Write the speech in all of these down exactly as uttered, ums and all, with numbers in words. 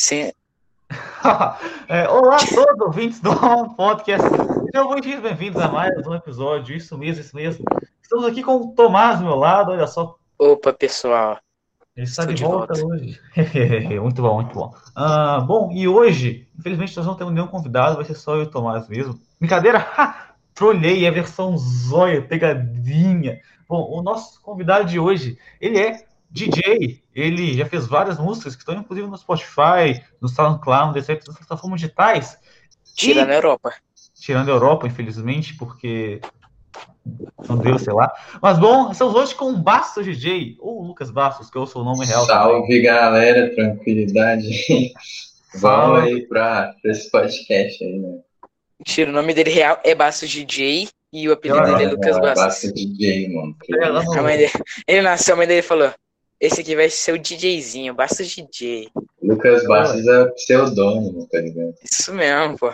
Sim. É, olá a todos, ouvintes do podcast. Sejam muito bem-vindos a mais um episódio. Isso mesmo, isso mesmo. Estamos aqui com o Tomás do meu lado, olha só. Opa, pessoal. Ele está Estou de de volta volta. hoje. Muito bom, muito bom. Ah, bom, e hoje, infelizmente, nós não temos nenhum convidado, vai ser só eu e o Tomás mesmo. Brincadeira! Ha! Trolhei, é a versão zóia, pegadinha. Bom, o nosso convidado de hoje, ele é D J. Ele já fez várias músicas que estão inclusive no Spotify, no SoundCloud, etcétera, nas plataformas digitais. Tirando a E, Europa. tirando a Europa, infelizmente, porque não deu, sei lá. Mas bom, estamos hoje com o Bastos D J, ou Lucas Bastos, que eu sou o nome real também. Salve, galera, tranquilidade. Vamos Salve. aí para esse podcast aí, né? Mentira, o nome dele real é Bastos D J e o apelido Eu- dele é Lucas É, Bastos. Basta D J, mano. É, lá A no- mãe dele, ele nasceu, a mãe dele falou: esse aqui vai ser o DJzinho, Bastos D J. Lucas Bastos é pseudônimo, tá ligado? Isso mesmo, pô.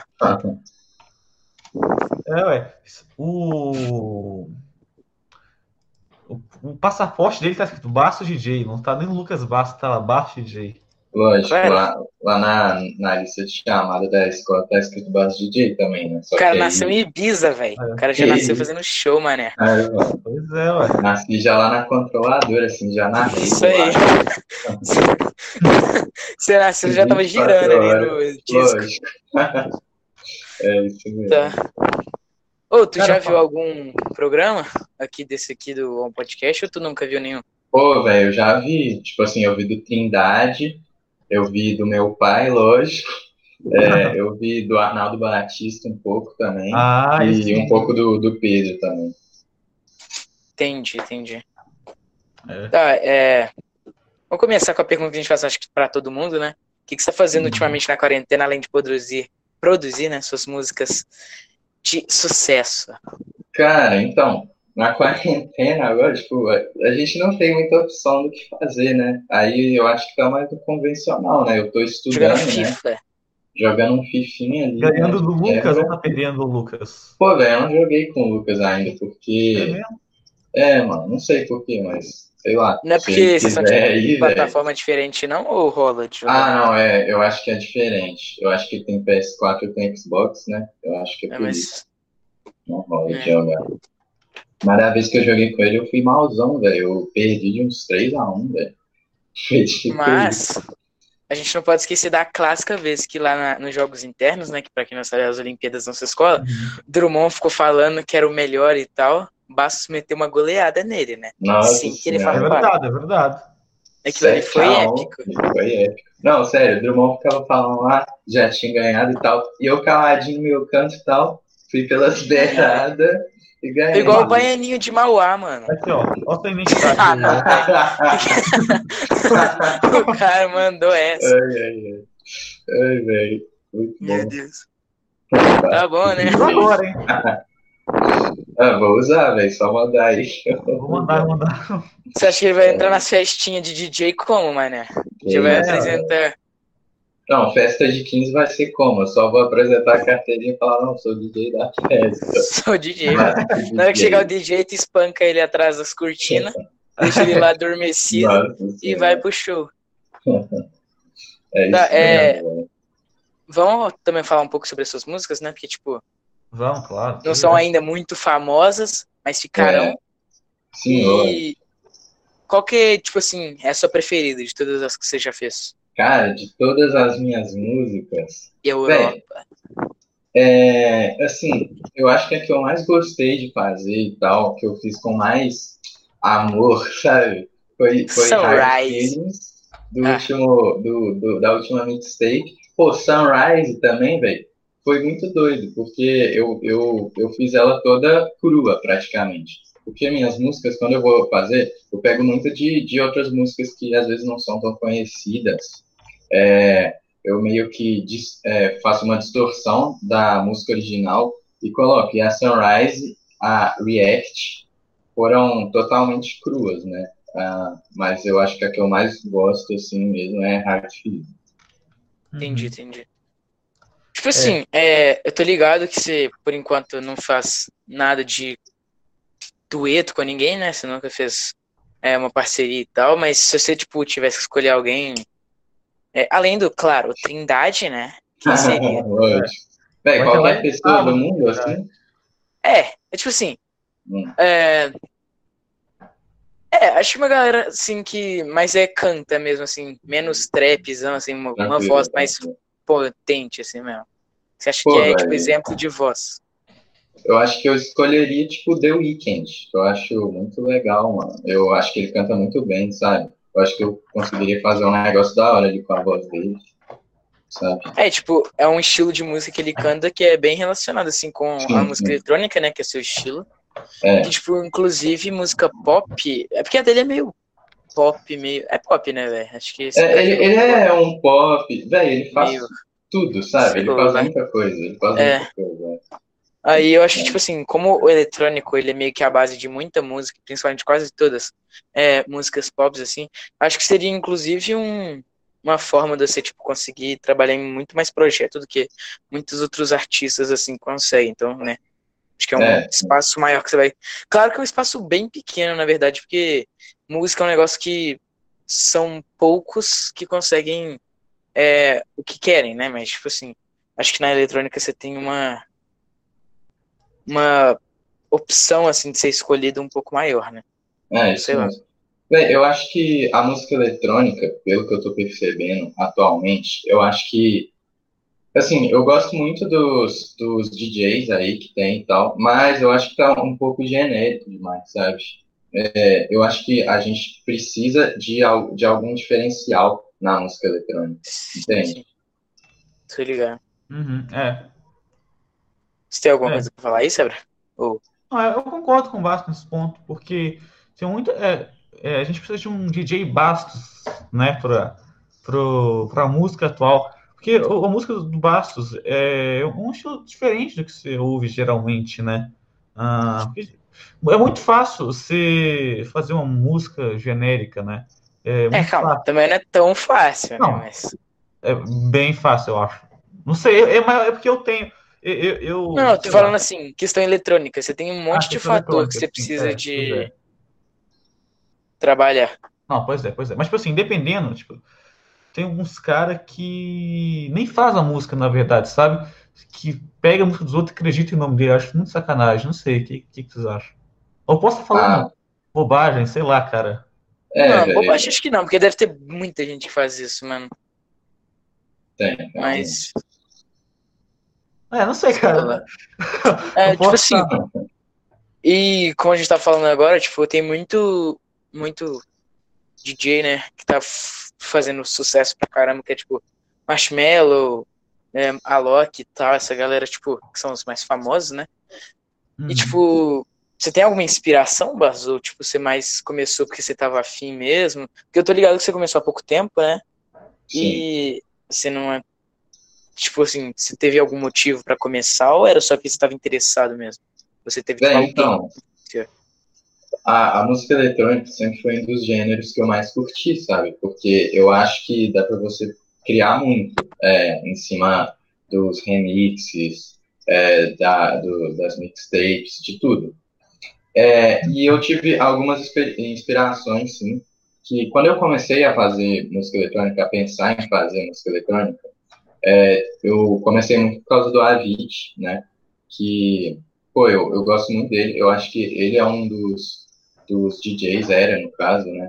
É, ué. O... o, o passaporte dele tá escrito Bastos D J, não tá nem no Lucas Bastos, tá lá Bastos D J. Lógico, Claro. lá, lá na, na lista de chamada da escola tá escrito Basta D J também, né? Só O cara que aí- nasceu em Ibiza, velho. É. O cara já Que nasceu isso? fazendo show, mané. Ah, mano, Pois é, ué. nasci já lá na controladora, assim, já na rede. Isso aí. lá. Você nasceu, já tava girando ali no disco. Lógico. É isso mesmo. Tá. Ô, tu Cara, já fala. viu algum programa aqui desse aqui do podcast ou tu nunca viu nenhum? Pô, velho, eu já vi, tipo assim, eu vi do Trindade, eu vi do meu pai, lógico, é, eu vi do Arnaldo Batista um pouco também, Ah, e sim. um pouco do, do Pedro também. Entendi, entendi. É. Tá, é... Vamos começar com a pergunta que a gente faz, acho que pra todo mundo, né? O que, que você tá fazendo ultimamente na quarentena, além de produzir, produzir, né, suas músicas de sucesso? Cara, então, na quarentena agora, tipo, a, a gente não tem muita opção do que fazer, né? Aí eu acho que tá mais do convencional, né? Eu tô Jogando estudando, né? FIFA. Jogando um fifinha ali, Ganhando né? do Lucas Quebra. ou tá perdendo do Lucas? Pô, velho, eu não joguei com o Lucas ainda, É porque... mesmo? É, mano, não sei porquê, mas sei lá. Não é Se porque ele vocês são quiser de aí, velho. plataforma diferente, não? Ou rola de jogar? Ah, não, é, eu acho que é diferente. Eu acho que tem P S quatro e tem Xbox, né? Eu acho que é É, por isso. mas... Não rola É. de jogar. Mas da vez que eu joguei com ele, eu fui malzão, velho. Eu perdi de uns três a um, velho. Foi tipo isso. Mas a gente não pode esquecer da clássica vez que lá na- nos jogos internos, né, que pra quem não sabe, as Olimpíadas na sua escola, Drummond ficou falando que era o melhor e tal, Bastos meteu uma goleada nele, né? Nossa Sim, que ele É senhora. fala, verdade, é verdade. aquilo ali foi sete a um, épico. Foi épico. Não, sério, o Drummond ficava falando lá, já tinha ganhado e tal. E eu caladinho no meu canto e tal, fui pelas beiradas e ganhei. Foi igual o Baianinho de Mauá, mano. Aqui, ó. Olha a sua identidade. Ah, não, velho. O cara mandou essa. Ai, ai, ai. Ai, velho. Muito Meu bom. Deus. Tá bom, né? Usa agora, hein? Ah, vou usar, velho. Só mandar aí. Vou mandar, vou mandar. Você acha que ele vai entrar nas festinhas de D J como, mané? Já vai É, apresentar. Não, festa de quinze vai ser como? Eu só vou apresentar a carteirinha e falar, não, sou D J da festa. Sou D J, mano. Na hora que chegar o D J, tu espanca ele atrás das cortinas, deixa ele lá adormecido Nossa e Senhora. vai pro show. É isso Tá, é- mesmo, velho. Vamos também falar um pouco sobre as suas músicas, né? Porque, tipo, Vamos, claro. não são ainda muito famosas, mas ficarão. Senhor. E qual que, é, tipo assim, é a sua preferida de todas as que você já fez? Cara, de todas as minhas músicas, Europa. é, assim, eu acho que a que eu mais gostei de fazer e tal, que eu fiz com mais amor, sabe? Foi, foi Hard Sunrise. Feelings, do Ah. último, do, do- da última mixtape. Pô, Sunrise também, velho, foi muito doido, porque eu, eu, eu fiz ela toda crua, praticamente. Porque minhas músicas, quando eu vou fazer, eu pego muito de, de outras músicas que às vezes não são tão conhecidas. É, eu meio que dis- é, faço uma distorção da música original e coloco. E a Sunrise, a React, foram totalmente cruas, né? Ah, mas eu acho que a que eu mais gosto, assim mesmo, é Hard Feelings. Entendi, entendi. Tipo assim, é, eu tô ligado que você, por enquanto, não faz nada de dueto com ninguém, né? Você nunca fez é, uma parceria e tal, mas se você, tipo, tivesse que escolher alguém É, além do, claro, Trindade, né? Que seria. Lógico. Véi, Vai ter qualquer lá em pessoa do sábado, mundo, cara. assim. É, é tipo assim. Hum, É, é, acho que uma galera, assim, que mais é canta mesmo, assim, menos trapzão, assim, uma, uma voz tranquilo, mais tranquilo. potente, assim mesmo. Você acha que Pô, é, tipo, velho, exemplo de voz? eu acho que eu escolheria, tipo, The Weeknd. Que Eu acho muito legal, mano. Eu acho que ele canta muito bem, sabe? Eu acho que eu conseguiria fazer um negócio da hora ali com a voz dele, sabe? É, tipo, é um estilo de música que ele canta que é bem relacionado, assim, com a Sim, música sim. eletrônica, né, que é seu estilo. Que, É. tipo, inclusive, música pop, é porque a dele é meio pop, meio... É pop, né, velho? Acho que esse É, cara ele, falou ele pop, é um pop, velho, ele meio, faz tudo, sabe? sei Ele faz lá. muita coisa, ele faz muita É, coisa. aí eu acho que, tipo É, assim, como o eletrônico, ele é meio que a base de muita música, principalmente quase todas é, músicas pop, assim, acho que seria, inclusive, um, uma forma de você, tipo, conseguir trabalhar em muito mais projeto do que muitos outros artistas, assim, conseguem. Então, né, acho que é um é, espaço maior que você vai... Claro que é um espaço bem pequeno, na verdade, porque música é um negócio que são poucos que conseguem é, o que querem, né? Mas, tipo assim, acho que na eletrônica você tem uma uma opção assim de ser escolhido um pouco maior, né? é Sei isso lá. mesmo. Véi, eu acho que a música eletrônica, pelo que eu tô percebendo atualmente, eu acho que, assim, eu gosto muito dos, dos D Js aí que tem e tal, mas eu acho que tá um pouco genérico demais, sabe? É, eu acho que a gente precisa de, al- de algum diferencial na música eletrônica, Sim, entende? sim. Tô ligado. Uhum, é. Você tem alguma É. coisa pra falar aí, Sebra? Ou Ah, eu concordo com o Bastos nesse ponto, porque tem muito, é, é, a gente precisa de um D J Bastos, né, para a música atual. Porque o- a música do Bastos é um estilo diferente do que você ouve geralmente, né? Ah, porque é muito fácil você fazer uma música genérica, né? É é, muito calma, fácil. também não é tão fácil, né? Não, Mas. é bem fácil, eu acho. Não sei, é, é, é porque eu tenho, eu, eu, Não, eu- eu tô sei falando lá. assim, questão eletrônica. Você tem um Ah, monte de questão fator que eletrônica, você sim, precisa é, pois de é. trabalhar. Não, pois é, pois é. Mas, tipo assim, dependendo, tipo, tem alguns caras que nem faz a música, na verdade, sabe? Que pega a música dos outros e acredita em nome dele. Eu acho muito sacanagem. Não sei, o que, que, que vocês acham? Eu posso estar falando Ah, bobagem, sei lá, cara. é, Não, bobagem velho, acho que não, porque deve ter muita gente que faz isso, mano. tem, Mas, realmente. É, não sei, sei lá. cara. Eu É, tipo posso assim, estar. e como a gente tá falando agora, tipo, tem muito, muito D J, né, que tá f- fazendo sucesso pra caramba, que é tipo Marshmello, é, Alok e tal, essa galera, tipo, que são os mais famosos, né? E, Uhum. tipo, você tem alguma inspiração, Bas? Ou, tipo, você mais começou porque você tava afim mesmo? Porque eu tô ligado que você começou há pouco tempo, né? Sim. E você não é, tipo assim, você teve algum motivo pra começar ou era só porque você tava interessado mesmo? Você teve, tipo, Bem, alguém? então, a, a música eletrônica sempre foi um dos gêneros que eu mais curti, sabe? Porque eu acho que dá para você criar muito é, em cima dos remixes, é, da, do, das mixtapes, de tudo. É, e eu tive algumas inspirações, sim, que quando eu comecei a fazer música eletrônica, a pensar em fazer música eletrônica, é, eu comecei muito por causa do Avicii, né? Que, pô, eu, eu gosto muito dele. Eu acho que ele é um dos, dos D Js, era no caso, né?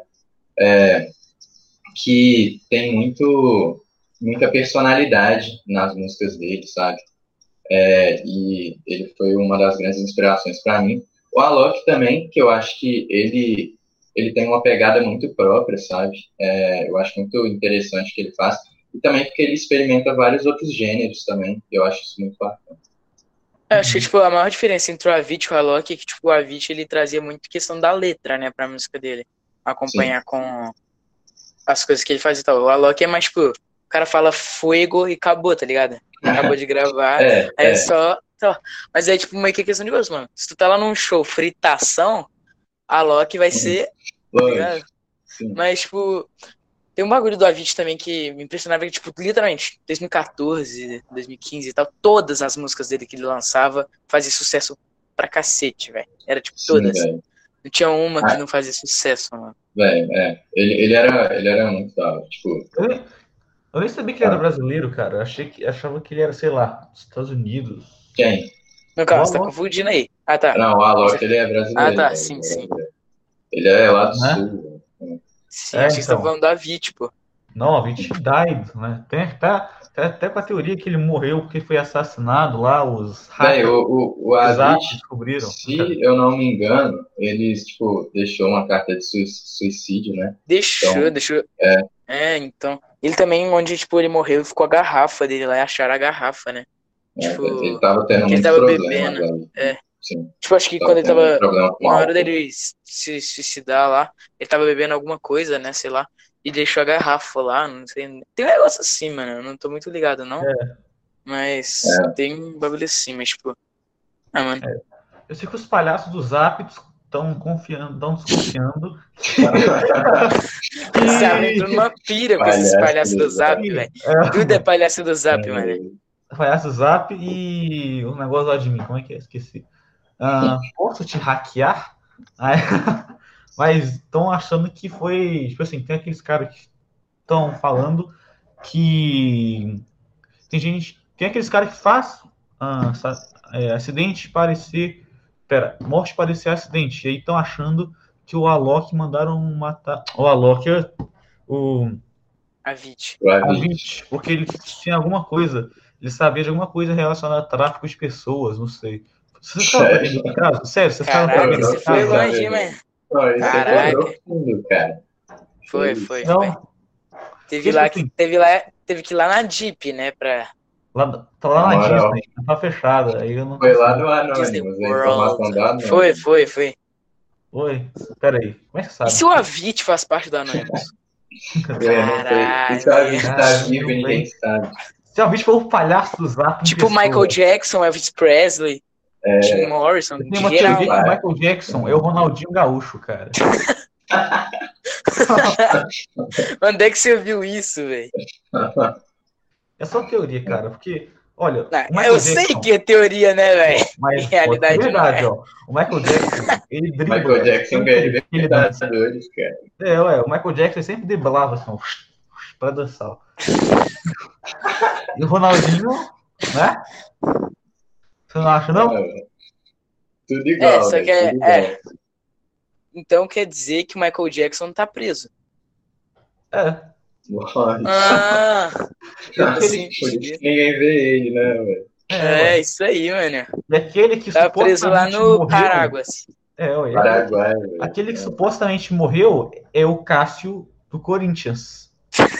Que tem muito, muita personalidade nas músicas dele, sabe? É, e ele foi uma das grandes inspirações para mim. O Alok também, que eu acho que ele ele tem uma pegada muito própria, sabe? É, eu acho muito interessante o que ele faz. E também porque ele experimenta vários outros gêneros também. Eu acho isso muito bacana. Eu acho que, Uhum. tipo, a maior diferença entre o Avicii e o Alok é que, tipo, o Avicii, ele trazia muito questão da letra, né, pra música dele. Sim. Acompanhar com as coisas que ele faz e tal. O Alok é mais, tipo, o cara fala fuego e acabou, tá ligado? Acabou de gravar, É, aí é é. só... só. Mas é, tipo, meio que questão de gosto, mano. Se tu tá lá num show fritação, Alok vai Uhum. ser, tá ligado? Lógico. Sim. Mas, tipo, tem um bagulho do Avicii também que me impressionava, que, tipo, literalmente, dois mil e quatorze, dois mil e quinze e tal, todas as músicas dele que ele lançava faziam sucesso pra cacete, velho. Era, tipo, Sim, todas. velho. Não tinha uma que Ah, não fazia sucesso, mano. velho, é. Ele, ele era, ele era muito da hora. Tipo, Eu nem sabia que ele era brasileiro, cara. Eu achei que, achava que ele era, sei lá, dos Estados Unidos. Quem? Não, calma, você tá confundindo aí. Ah, tá. Não, o Alok, ele é brasileiro. Ah, tá, né? sim, sim. Ele é lá do Né? sul. Né? Sim, É, achei que você então. tava falando da Vit, pô. Não, a Avicii died, né? Tem, tá, tá até com a teoria que ele morreu porque foi assassinado lá, os Bem, hackers o, o, o exato, Avicii, descobriram. se eu não me engano, eles, tipo, deixou uma carta de sui- suicídio, né? Deixou, Então, deixou. é. É, então. Ele também, onde, tipo, ele morreu, ficou a garrafa dele lá e acharam a garrafa, né? É, Tipo, ele tava tendo que ele muito tava problema bebendo. agora. É. Sim, Tipo, acho que tava quando ele tendo muito tava. problema com Na hora álcool. dele se suicidar lá, ele tava bebendo alguma coisa, né? Sei lá. E deixou a garrafa lá, não sei. Tem um negócio assim, mano. Eu não tô muito ligado, não. É, Mas É. tem um bagulho assim, mas, tipo. Ah, mano. eu sei que os palhaços do Zap estão confiando, estão desconfiando. Você tava entrando numa pira com esses Palhaço palhaços do do Zap, Zap. velho. É, Tudo é palhaço do Zap, mano. palhaço do Zap e o negócio lá de mim, como é que é? Esqueci. Ah, posso te hackear? Aí, mas estão achando que foi. Tipo assim, tem aqueles caras que estão falando que. Tem gente. Tem aqueles caras que faz ah, é, acidente parecer. Pera, morte parecer acidente. E aí estão achando que o Alok mandaram matar. O Alok é o. A Vit. O A Avicii. Vit, porque ele tinha alguma coisa. Ele sabia de alguma coisa relacionada a tráfico de pessoas, não sei. Vocês estavam Sério? sabendo desse caso? Sério, vocês estavam Caraca, sabendo não você desse foi sei, caso? longe, sabe? hein, mano? Não, isso aqui é Caraca. profundo, cara. Foi, foi, foi. Não, Teve Porque, lá tipo que assim, teve lá, teve que ir lá na Jeep, né, pra lá, tá lá Na na moral. Disney, tá fechada. Aí eu não Foi lá consegui. no Disney Anonymous, a World. informação do Anonymous. Foi, foi, foi. Oi, pera aí, como é que E sabe? se o Avit faz parte do Anonymous? É, não sei. E se o Avicii tá Caralho, vivo e não ninguém sei. sabe? Se o bicho for o palhaço do Zap em Tipo pessoa. Michael Jackson, Elvis Presley, É, Jim Morrison, Eu tenho uma geral. teoria que o Michael Jackson é o Ronaldinho Gaúcho, cara. Onde é que você viu isso, velho? É só teoria, cara, porque, olha, o Não, Michael eu sei Jackson, que é teoria, né, velho? mas Em realidade pode ser verdade, não é. ó. O Michael Jackson, ele dribla. Michael Jackson sempre ganha que ele dança. Libertadores, cara. É, ué, o Michael Jackson sempre driblava assim, ó, pra dançar. Ó. E o Ronaldinho, né? Você não acha, não? É, tudo igual, É, só velho, que é, tudo igual. é. Então quer dizer que o Michael Jackson tá preso. É. Nossa. Ah, E Por aquele, isso que ninguém vê ele, né, velho? é, é ué. isso aí, mano. E aquele que Tá preso lá supostamente no morreu. Paráguas. É, ué. Paraguai, velho. Aquele que supostamente morreu é o Cássio do Corinthians.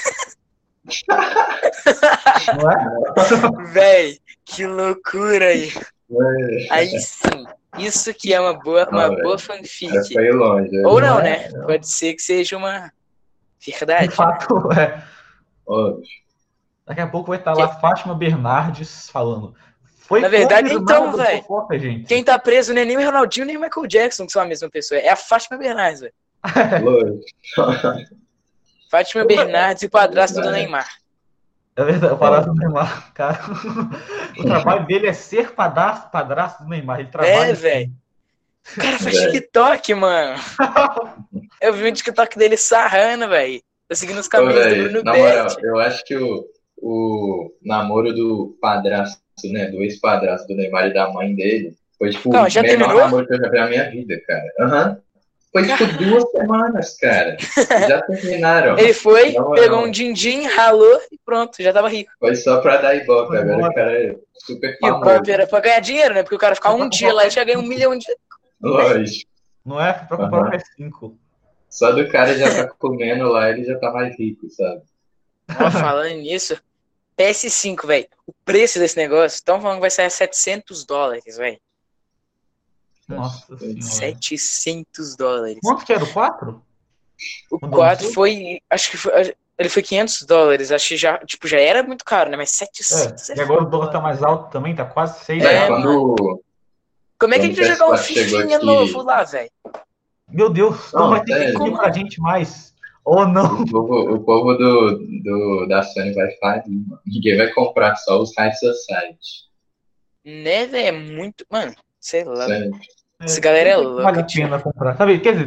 Não é? Véi, que loucura aí. É, Aí sim, isso que é uma boa, uma Ah, boa velho. cara fanfic. foi longe. né? Ou não, Não né? é? Não. Pode ser que seja uma De verdade. fato, é. Ó, Daqui a pouco vai estar lá Fátima Bernardes falando. Foi Na verdade, confirmado então, do véi, fofoca, gente. Quem tá preso não é nem o Ronaldinho nem o Michael Jackson, que são a mesma pessoa. É a Fátima Bernardes, velho. lógico. Fátima Bernardes e o padrasto do Verdade. Neymar. É verdade, o padrasto do Neymar, cara. O trabalho dele é ser padrasto, padrasto do Neymar. Ele trabalha. É, velho. O cara faz Velho. TikTok, mano. Eu vi um TikTok dele sarrando, velho. Tá seguindo os Ô, caminhos do velho, Bruno na moral, Berti. eu acho que o, o namoro do padrasto, né, do ex-padrasto do Neymar e da mãe dele, foi tipo Calma, já o melhor terminou? namoro que eu já vi na minha vida, cara. Aham. Foi tipo duas semanas, cara. Já terminaram. Ele foi, Na moral. pegou um din-din, ralou e pronto, já tava rico. Foi só pra dar ibope, Foi agora embora. o cara é super E o famoso. papo era pra ganhar dinheiro, né? Porque o cara ficar um dia lá e já ganha um milhão de... Lógico. Não é pra comprar Aham. o P S cinco. Só do cara já tá comendo lá, ele já tá mais rico, sabe? Ó, falando nisso, P S cinco, velho. O preço desse negócio, estão falando que vai sair setecentos dólares, velho. Nossa senhora. setecentos dólares. Quanto que era o quatro? O Quando quatro lançou? foi, acho que foi, ele foi quinhentos dólares, acho que já, tipo, já era muito caro, né? Mas setecentos É, e agora o dólar tá mais alto também, tá quase seis. É, É, quando. Como é que a gente vai jogar um Quando o P S quatro chegou fifinha aqui- novo lá, velho? Meu Deus, não, Não, vai ter que sério. vir pra gente mais. Ou não. O povo, o povo do, do, da Sony vai falir, mano. Ninguém vai comprar, só os High Society. Né, velho? É muito. Mano, sei lá. Sério. Essa galera é Vale louca, a tio. pena comprar. Sabe, quer dizer,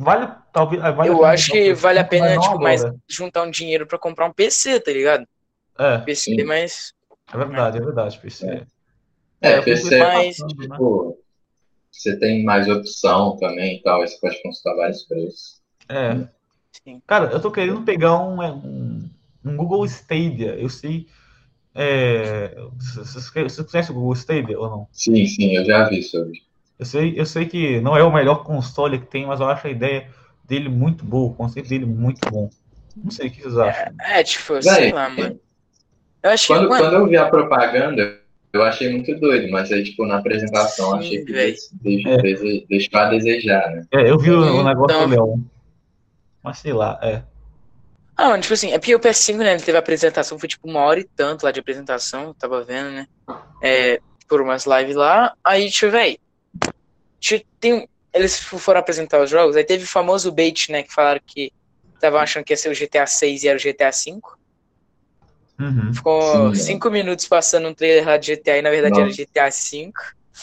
vale, talvez, vale eu a pena acho que vale a pena, mas tipo, mais agora. juntar um dinheiro pra comprar um P C, tá ligado? É, P C, sim. mas... é verdade, é verdade, P C. É, É, eu P C, fico Mas, pensando, né? tipo, você tem mais opção também e tal, aí você pode consultar vários preços. É. sim. Cara, eu tô querendo pegar um, é, um, um Google Stadia. Eu sei. É, você você conhece o Google Stadia ou não? Sim, sim, eu já vi sobre. Eu sei, eu sei que não é o melhor console que tem, mas eu acho a ideia dele muito boa, o conceito dele muito bom. Não sei o que vocês acham. É, é, tipo, sei Véi, lá, mano. Eu acho que, quando, mano, quando eu vi a propaganda, eu achei muito doido, mas aí, tipo, na apresentação, eu achei sim, que velho. des, des, É, dese- deixou a desejar, né? é, eu vi o, o negócio do Então... Leão, mas sei lá, é. Ah, mano, tipo assim, é porque o P S cinco, né, ele teve a apresentação, foi tipo uma hora e tanto lá de apresentação, eu tava vendo, né, é, por umas lives lá, aí, tipo, véi, tipo, tem, um- eles foram apresentar os jogos, aí teve o famoso bait, né, que falaram que estavam achando que ia ser o G T A seis e era o G T A cinco, Uhum. ficou Sim, mano. cinco minutos passando um trailer lá de G T A e na verdade era Nossa, G T A cinco,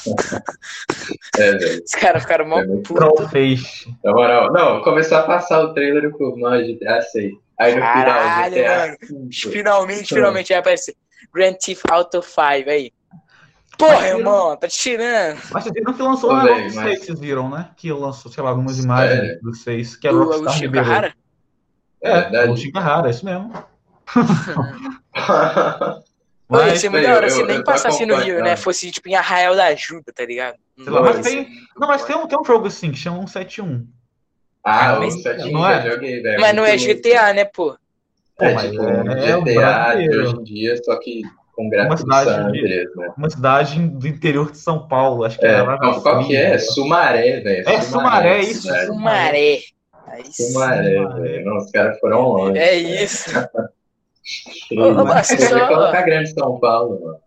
é, velho. os caras ficaram mó É muito bom. puto, Trollface. Na moral, não, começou a passar o trailer e o povo, não, G T A seis. Aí no final, caralho, G T A mano, cinco. finalmente, finalmente vai aparecer Grand Theft Auto cinco aí. Porra, Mas, irmão, tá te tirando. mas vocês viram que lançou um Ô, negócio do velho, seis, mas, vocês viram, né? Que lançou, sei lá, algumas imagens sério, do seis que a Do Rockstar Agostinho liberou. Carrara? é É, o verdade? Chica Rara, é isso mesmo. Pô, ia Mas, ser muito Véi, da eu, hora se eu, nem eu tô passasse no Rio, né? acompanhando. Fosse tipo em Arraial da Ajuda, tá ligado? sei lá, mas Nossa, Doido. tem. muito Não, mas tem foda. um, tem um jogo assim que chama cento e setenta e um. É Ah, o Mas, um, sete não já é? joguei, velho, é mas não muito é louco. G T A, né, pô? Pô, É mas tipo um é, é o G T A de hoje brasileiro. em dia, só que com Uma gráfico de cidade San de. Andreas, né? Uma cidade do interior de São Paulo, acho que é É, Lava qual, qual que é? Fria. Sumaré, velho. É Sumaré Sumaré, a isso, cidade. Sumaré. Sumaré. Aí sim. Sumaré, velho. Sumaré. Não, os caras foram longe, É cara. isso. Ô, ô, Crazy. Basta, Podia só. colocar Grande São Paulo, mano.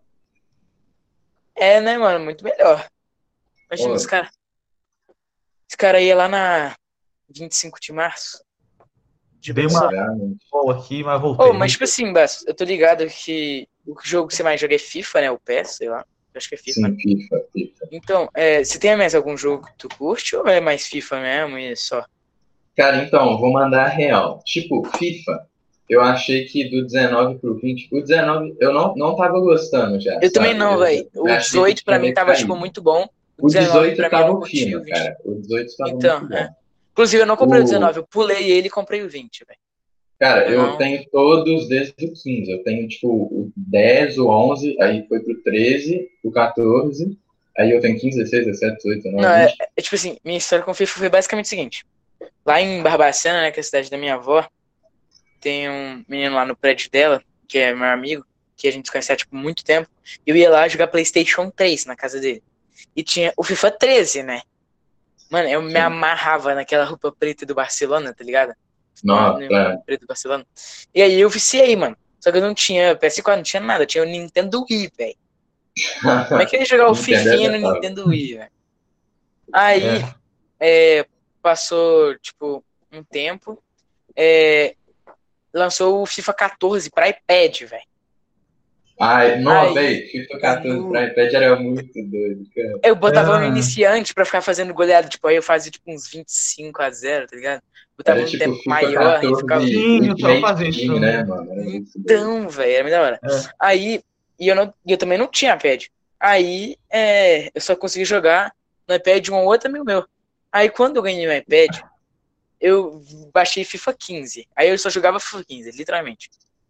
É, né, mano? Muito melhor. Imagina os Pô, caras. Os caras iam lá na vinte e cinco de março. Já Dei uma pensou? realmente. bola aqui, mas Oh, voltei. mas tipo assim, Basta, eu tô ligado que o jogo que você mais joga é FIFA, né? O P E S, sei lá. Eu acho que é FIFA, né? Sim, FIFA, FIFA. Então, é, você tem mais algum jogo que tu curte ou é mais FIFA mesmo e só? Cara, então, vou mandar a real. Tipo, FIFA, eu achei que do dezenove pro vinte, o dezenove eu não, não tava gostando já, Eu também sabe? não, Eu velho. já O achei que dezoito pra tinha mim tava, tipo, decaído. muito bom. O O dezenove dezoito pra mim eu tava não o curti, fino, o vinte. cara. O dezoito tava Então, muito é. bom. Inclusive, eu não comprei o O, dezenove, eu pulei ele e comprei o vinte, velho. cara, Eu eu não. tenho todos desde o quinze. Eu tenho, tipo, o dez, o onze, aí foi pro treze, o quatorze, aí eu tenho quinze, dezesseis, dezessete, dezoito, Não, dezenove, é, vinte. é tipo assim, minha história com FIFA foi basicamente o seguinte. Lá em Barbacena, né, que é a cidade da minha avó, tem um menino lá no prédio dela, que é meu amigo, que a gente se conhece há, tipo, muito tempo. Eu ia lá jogar PlayStation três na casa dele. E tinha o FIFA treze, né? Mano, eu me Sim. amarrava naquela roupa preta do Barcelona, tá ligado? No, no Nossa, uniforme preto do Barcelona. E aí eu viciei, mano. Só que eu não tinha P S quatro, não tinha nada. Eu tinha o Nintendo Wii, velho. Como é que eu ia jogar o Nintendo é Fifinha no legal. Nintendo Wii, velho? Aí, É. é, passou, tipo, um tempo. É, lançou o FIFA quatorze pra iPad, velho. Ai, não, Aí, velho, FIFA quatorze no, pra iPad era muito doido, cara. eu botava no Era, iniciante pra ficar fazendo goleada. Tipo, aí eu fazia, tipo, uns vinte e cinco a zero, tá ligado? Botava Era um tipo tempo FIFA maior e ficava... quatorze sim, eu só Ultimate fazer isso Team, né, também. mano? Era muito doido. Então, velho, era muito da hora. É. Aí, e eu, não, e eu também não tinha iPad. Aí, é, eu só consegui jogar no iPad de um outro amigo meu. Aí, quando eu ganhei o iPad, eu baixei FIFA quinze. Aí eu só jogava FIFA quinze, literalmente.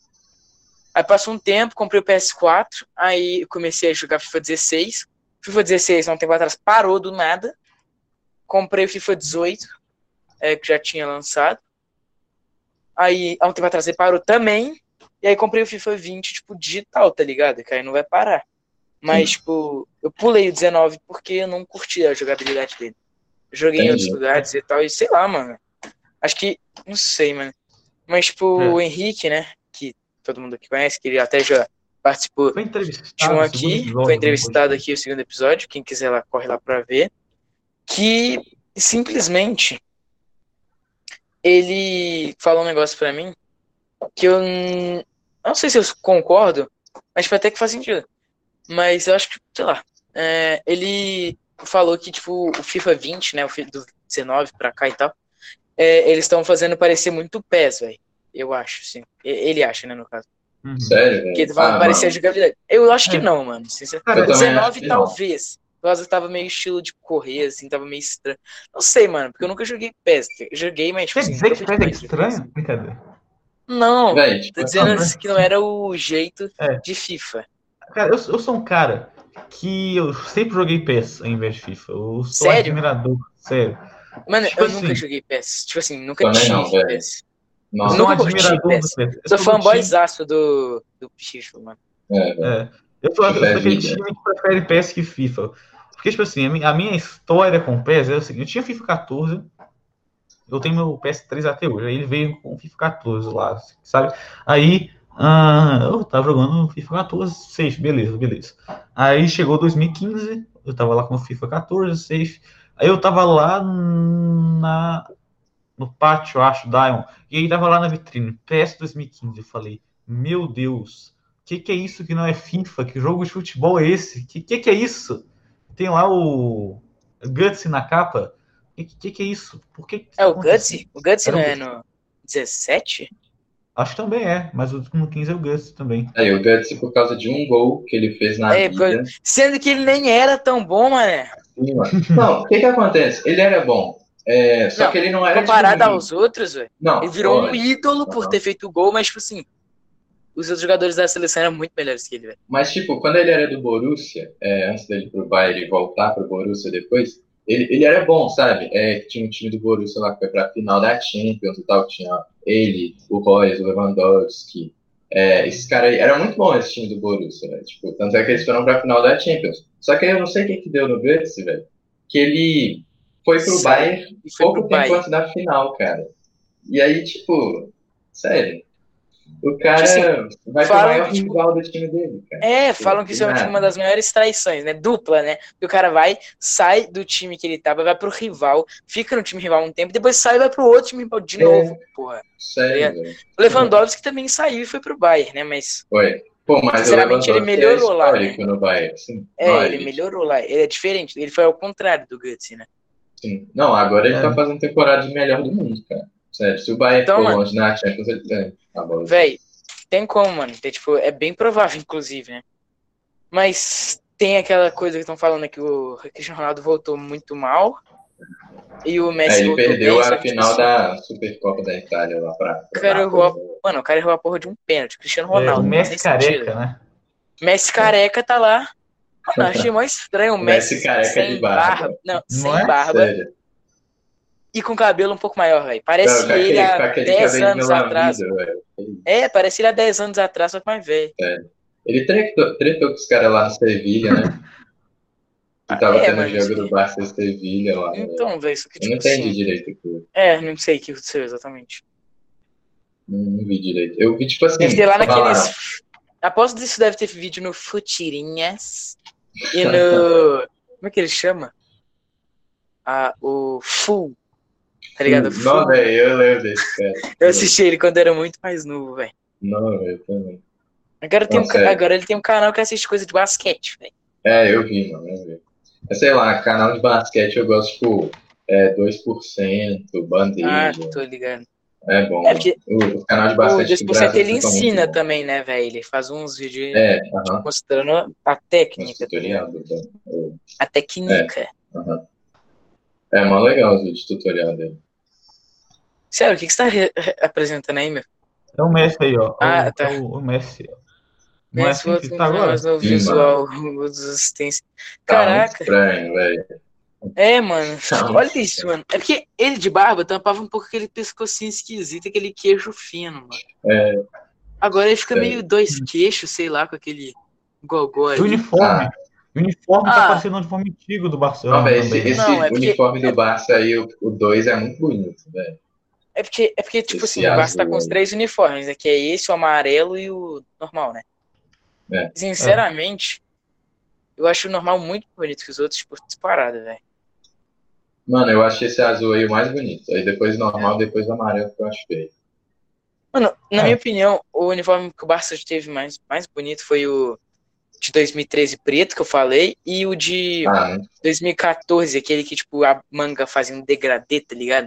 Aí passou um tempo, comprei o P S quatro, aí comecei a jogar FIFA dezesseis. FIFA dezesseis, há um tempo atrás, parou do nada. Comprei o FIFA dezoito, é, que já tinha lançado. Aí, há um tempo atrás, ele parou também. E aí comprei o FIFA vinte, tipo, digital, tá ligado? Que aí não vai parar. Mas, Sim, tipo, eu pulei o dezenove porque eu não curti a jogabilidade dele. Eu joguei em outros entendi. lugares e tal, e sei lá, mano. Acho que, não sei, mano. Mas, tipo, o É. Henrique, né, que todo mundo aqui conhece, que ele até já participou Foi de um entrevistado, segundo aqui, foi episódio do entrevistado podcast. aqui o segundo episódio, quem quiser lá, corre lá pra ver, que simplesmente ele falou um negócio pra mim que eu n- não sei se eu concordo, mas tipo, até que faz sentido. Mas eu acho que, sei lá, é, ele falou que, tipo, o FIFA vinte, né, o fi- do dezenove pra cá e tal, é, eles estão fazendo parecer muito o P E S, velho. Eu acho, sim. E- Ele acha, né, no caso. Uhum. Sério, Porque velho? ele vai Ah, parecer a mano. jogabilidade. Eu acho que É. não, mano. Sincer- Cara, Eu O também acho dezenove que não. talvez. Por causa que tava meio estilo de correr, assim, tava meio estranho. Não sei, mano, porque eu nunca joguei P E S. Eu joguei, mas, tipo Quer assim, dizer nunca que fui P E S é demais de P E S. estranho? Brincadeira. Não, Véi, tô tipo dizendo assim, Não, que não era o jeito É. de FIFA. Cara, eu, eu sou um cara que eu sempre joguei P E S ao invés de FIFA. Eu sou Sério? admirador, sério. Mano, Tipo eu nunca assim, joguei P E S. Tipo assim, nunca também não, tive velho. P E S. eu Nossa, sou um Nunca curti admirador do P E S. P E S. Eu Sou sou do time. fanboyzaço do, do FIFA, mano. é, velho. É, eu sou, eu sou FIFA é daquele vida. time que prefere P E S que FIFA. Porque, tipo assim, a minha, a minha história com o P E S é o seguinte: eu tinha FIFA quatorze, eu tenho meu P S três até hoje. Aí ele veio com o FIFA quatorze lá, sabe? Aí ah, eu tava jogando FIFA quatorze, safe, beleza, beleza. Aí chegou dois mil e quinze, eu tava lá com o FIFA quatorze, safe. Aí eu tava lá na, no pátio, eu acho, Diamond. E aí tava lá na vitrine, P S dois mil e quinze. Eu falei, meu Deus, que que é isso que não é FIFA? Que jogo de futebol é esse? Que que, que é isso? Tem lá o Guts na capa. Que que, que é isso? Por que que isso É tá o Gutsy? acontecendo? O Gutsy Era não o é Guts. no dezessete? Acho que também é, mas o no quinze é o Guts também. Aí o Guts, por causa de um gol que ele fez na É, vida. sendo que ele nem era tão bom, mané. Sim, mano. Não, o que que acontece? Ele era bom. É, só Não, que ele não era comparado tipo. aos outros, velho, Não, ele virou um lógico. ídolo por Aham. ter feito o gol, mas, tipo assim, os outros jogadores da seleção eram muito melhores que ele, velho. Mas, tipo, quando ele era do Borussia, é, antes dele ir pro Bayern e voltar pro Borussia depois, ele, ele era bom, sabe? É, tinha um time do Borussia lá que foi pra final da Champions e tal, tinha ele, o Royce, o Lewandowski. É, esses caras aí, era muito bom esse time do Borussia, velho. Tipo, tanto é que eles foram pra final da Champions. Só que eu não sei o que que deu no Götze, velho, que ele foi pro Sai Bayern e foi pro pouco tempo Bayern. antes da final, cara. E aí, tipo, sério, o Tipo assim, cara vai pro falam maior que, tipo, rival do time dele, cara. é, falam que isso é Do tipo, uma nada. das maiores traições, né? Dupla, né? Que o cara vai, sai do time que ele tava, vai pro rival, fica no time rival um tempo, depois sai e vai pro outro time rival de É. novo, porra. Sério, velho. O Lewandowski também saiu e foi pro Bayern, né? Mas, Foi. Pô, mas o sinceramente, ele Lewandowski é melhorou lá, né? histórico no Bayern, sim. É, Não, ele melhorou lá. Ele é diferente. Ele foi ao contrário do Götze, né? sim. Não, agora ele É. tá fazendo temporada de melhor do mundo, cara. Sério, se o Bayern Então, for mano, longe na Champions, ele ganha. Tá bom. véi, tem como, mano. Tem, tipo, é bem provável, inclusive, né? Mas tem aquela coisa que estão falando que o Cristiano Ronaldo voltou muito mal e o É, Messi ele voltou perdeu bem, só a que, tipo final assim, da Supercopa da Itália lá pra, o pra cara Napoli. errou a... Mano, o cara errou a porra de um pênalti. Cristiano É, Ronaldo, o não faz Messi nem sentido. careca, né? Messi careca tá lá. Mano, achei mó estranho o Messi Messi careca sem de barba. barba. Não, Não sem é? barba Sério. e com cabelo um pouco maior, velho. Não, Parece com ele aquele, há com aquele dez cabelo anos atrás. melambido, velho. É, parece ele há dez anos atrás, só que mais velho. Ele tretou, tretou com os caras lá no Sevilha, né? Que tava É, tendo mano, jogo isso do que- Barça e Sevilha lá. velho. Então, velho, isso que Eu não tipo entendi assim. direito aquilo. É, não sei o que aconteceu exatamente. Não, não vi direito. Eu vi, tipo assim, Deve ter lá falaram, naqueles. Aposto que isso deve ter vídeo no Futirinhas e no. Como é que ele chama? Ah, o Full. Tá ligado? Hum, Não, Full. velho, eu lembro desse cara. Eu assisti ele quando era muito mais novo, velho. Não, velho, também. Agora, tem um, Não, ca- sério. agora ele tem um canal que assiste coisa de basquete, velho. É, eu vi, mano, eu vi. Mas, sei lá, canal de basquete eu gosto, tipo, é, dois por cento, Ah, bandeja. tô ligado. É bom. É, porque O, o canal de o basquete dois do por cento Brasil ele fica muito ensina bom. também, né, velho? Ele faz uns vídeos É, aham. mostrando a Uns técnica, tá ligado? tutorial. do- do- A técnica. aham. É mó legal os vídeos tutorial dele. Sério, o que, que você tá re- re- apresentando aí, meu? É o Messi aí, ó. Ah, o, tá. é o, o Messi. Não é Messi assim que voltou tá agora? mais no Sim, visual dos assistência. Tá muito Caraca. estranho, velho. É, mano. Tá muito Olha isso, mano. É porque ele de barba tampava um pouco aquele pescocinho esquisito, aquele queixo fino, mano. É, Agora ele fica É. meio dois queixos, sei lá, com aquele gogó E o ali. uniforme. O uniforme tá Ah. parecendo um uniforme antigo do não, Barcelona velho, esse, também. esse Não, é porque- uniforme do Barça aí, o dois é muito bonito, velho. É porque, é porque tipo Esse assim, o Barça tá azul com os aí. três uniformes, né? Que é esse, o amarelo e o normal, né? É. Sinceramente, eu acho o normal muito bonito que os outros, tipo, disparado, velho. Mano, eu achei esse azul aí o mais bonito. Aí depois normal, depois amarelo, que eu acho feio. Mano, na É. minha opinião, o uniforme que o Barça teve mais, mais bonito foi o de dois mil e treze preto, que eu falei, e o de Ah, dois mil e quatorze, aquele que, tipo, a manga fazia um degradê, tá ligado?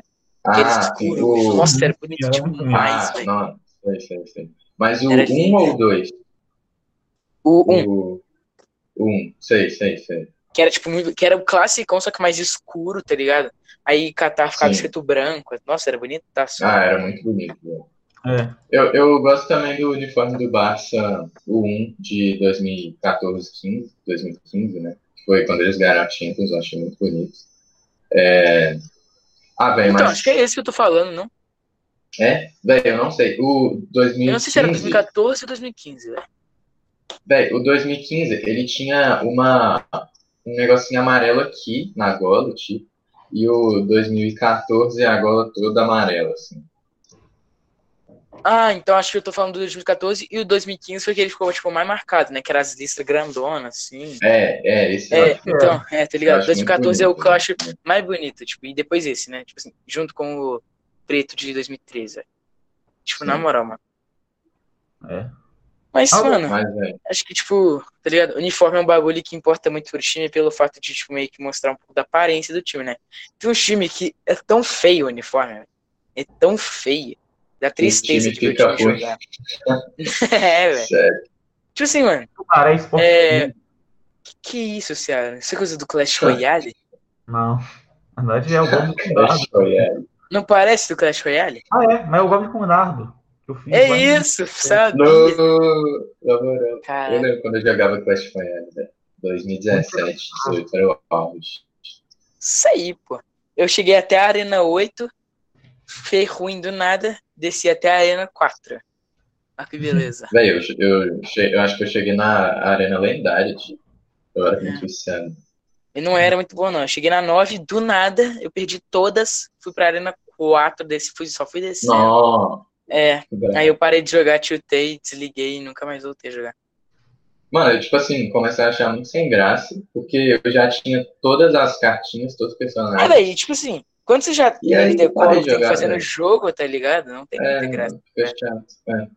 Aquele Ah, sim, escuro. o... Nossa, era bonito Era muito demais, Ah, velho. não, sei, sei, sei. Mas o Era um lindo. ou o dois? O um, O um, sei, sei, sei. que era tipo muito, que era o classicão, só que mais escuro, tá ligado? Aí Catar ficava Sim. escrito branco. Nossa, era bonito, tá? Ah, era muito bonito. Velho. É. Eu, eu gosto também do uniforme do Barça, o um de dois mil e quatorze, quinze, dois mil e quinze, né? Que foi quando eles ganharam a Champions, eu achei muito bonito. É... Ah, velho, Então, mas... acho que é esse que eu tô falando, não? É? Velho, eu não sei. O Eu não sei se era dois mil e quinze... dois mil e quatorze ou dois mil e quinze, velho. Velho, o dois mil e quinze, ele tinha uma, um negocinho amarelo aqui na gola, tipo. E o dois mil e quatorze, a gola toda amarela, assim. Ah, então acho que eu tô falando do dois mil e quatorze e o dois mil e quinze foi que ele ficou tipo, mais marcado, né? Que era as listas grandonas, assim. É, é, esse eu É, acho que então, é, tá eu ligado? acho muito dois mil e quatorze é o bonito. que eu Né? acho mais bonito, tipo, e depois esse, né? Tipo assim, junto com o preto de dois mil e treze, velho. Tipo, Sim. na moral, mano. É. Mas, Ah, mano, Mas, velho, acho que, tipo, tá ligado? Uniforme é um bagulho que importa muito pro time pelo fato de, tipo, meio que mostrar um pouco da aparência do time, né? Tem um time que é tão feio o uniforme, velho. É tão feio. Dá o tristeza time de ver o fica time ruim. jogar. É, velho. Sério. Tipo assim, mano. cara, é esporte. É. Que, que isso, Ciara? Isso é coisa do Clash Royale? Não. Na verdade é o Gomes com É dardo. show, Não parece do Clash Royale? Ah, é, mas é o Gomes com dardo. Que eu fiz É lá no- isso, sabia? No... Na moral. Eu Cara, lembro quando eu jogava Clash Royale, velho. dois mil e dezessete, dezoito, era o auge. isso aí, pô. Eu cheguei até a Arena oito, fei ruim do nada, desci até a Arena quatro. Olha que beleza. Velho, eu, eu, che- eu acho que eu cheguei na Arena Lendária, tipo. Eu era muito viciado. E não era muito bom, não. Eu cheguei na nove, do nada, eu perdi todas, fui pra Arena quatro, desci, fui, só fui descendo. Nossa. É, que bravo. aí eu parei de jogar, tiltei, desliguei e nunca mais voltei a jogar. Mano, eu, tipo assim, comecei a achar muito sem graça, porque eu já tinha todas as cartinhas, todos os É, personagens. velho, tipo assim, quando você já E aí, ele eu parei decola o de que tem que jogar, fazer no velho. jogo, tá ligado? Não tem muita É, graça. mano, fica chato. É.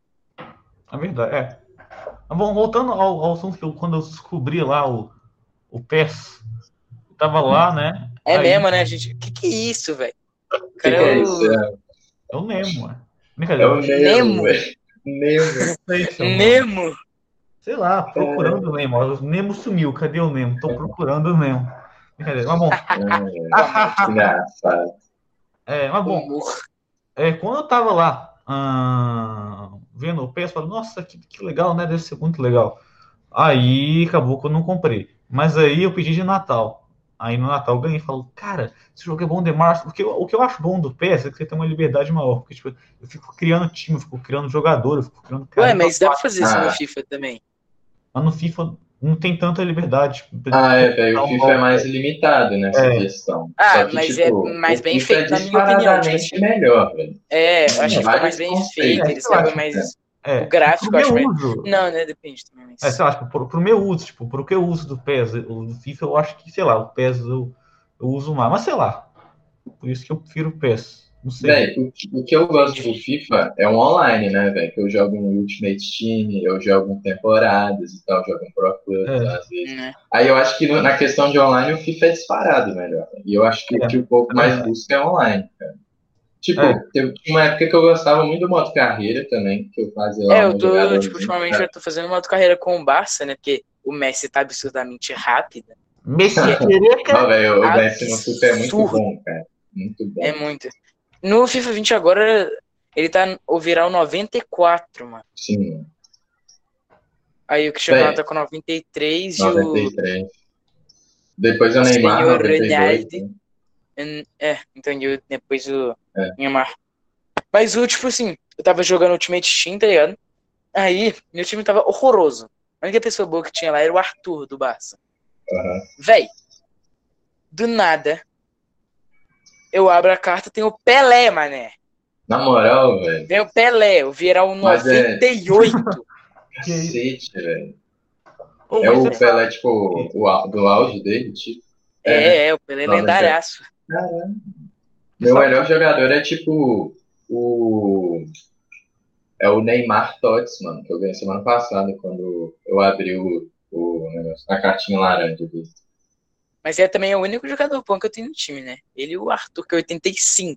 É verdade, é. Mas, bom, voltando ao, ao assunto que eu, quando eu descobri lá o, o P E S, eu tava lá, né? É Aí, mesmo, né, gente? Que que é isso, velho? O O que, cara que é é o isso? É, eu Nemo, mano. é Brincadeira. o Nemo, Nemo. velho. Nemo. Não sei chamar. Nemo. Sei lá, procurando o Nemo. O Nemo sumiu, cadê o Nemo? Tô procurando o Nemo. Brincadeira, mas bom. É, engraçado. É, mas bom, Humor. é, quando eu tava lá ah, vendo o P E S, eu falei, nossa, que, que legal, né? Deve ser muito legal. Aí acabou que eu não comprei. Mas aí eu pedi de Natal. Aí no Natal eu ganhei e falo, cara, esse jogo é bom demais. O que, eu, o que eu acho bom do P E S é que você tem uma liberdade maior. Porque tipo, eu fico criando time, eu fico criando jogador, eu fico criando cara. Ué, mas dá pra fazer isso no Ah. FIFA também. Mas no FIFA não tem tanta liberdade. Tipo, Ah, é, velho. O Não, FIFA é não, mais limitado nessa É. questão. Ah, Só que, mas tipo, é mais o bem FIFA feito, é na minha opinião. Tipo disparadamente assim, melhor, velho. é, eu acho que ficou Vários mais bem conceitos. feito. É, Eles sei lá, pegam tipo, mais. é, O gráfico pro eu acho meu mais. uso, Não, né? Depende também. Mas... é, sei lá, tipo, pro, pro meu uso, tipo, pro que eu uso do P E S, o do FIFA, eu acho que, sei lá, o P E S eu, eu uso mais, mas sei lá, por isso que eu prefiro o P E S, não sei. Véi, o, que- o que eu gosto do FIFA é um online, né, velho? Que eu jogo no Ultimate Team, eu jogo em temporadas e tal, jogo em Pro Clubs É. às vezes. Né? Aí eu acho que no- na questão de online o FIFA é disparado melhor. E eu acho que o É, que o povo é mais verdade. busca é online, cara. Tipo, É. teve uma época que eu gostava muito do modo carreira também, que eu fazia lá É, eu um tô, jogador. tipo, ultimamente eu tô fazendo uma carreira com o Barça, né? Porque o Messi tá absurdamente rápido. Messi Que é Pereca, Não, velho, o Messi no FIFA é muito absurdo. bom, cara. Muito bom. É muito. No FIFA vinte agora, ele tá o viral noventa e quatro, mano. Sim, Aí o Cristiano Véi, Ronaldo tá com noventa e três e noventa o e três. Depois o Neymar, senhor noventa e dois. Ronaldo. Hum, É, entendi. Depois o É. Neymar. Mas o, tipo assim, eu tava jogando Ultimate Team, tá ligado? Aí, meu time tava horroroso. A única pessoa boa que tinha lá era o Arthur, do Barça. Aham. Véi, do nada, eu abro a carta, tem o Pelé, mané. Na moral, velho. Tem o Pelé, o viral Mas é- noventa e oito. Cacete, velho. Ô, É mas o você Pelé, sabe tipo, o, au- do auge dele, tipo. É, é, o Pelé é noventa. lendáriaço. Caramba. Meu sabe- melhor jogador é tipo o. É o Neymar Tots, mano, que eu ganhei semana passada, quando eu abri o, o negócio, a cartinha laranja dele. Mas é também o único jogador bom que eu tenho no time, né? Ele e o Arthur, que é oitenta e cinco.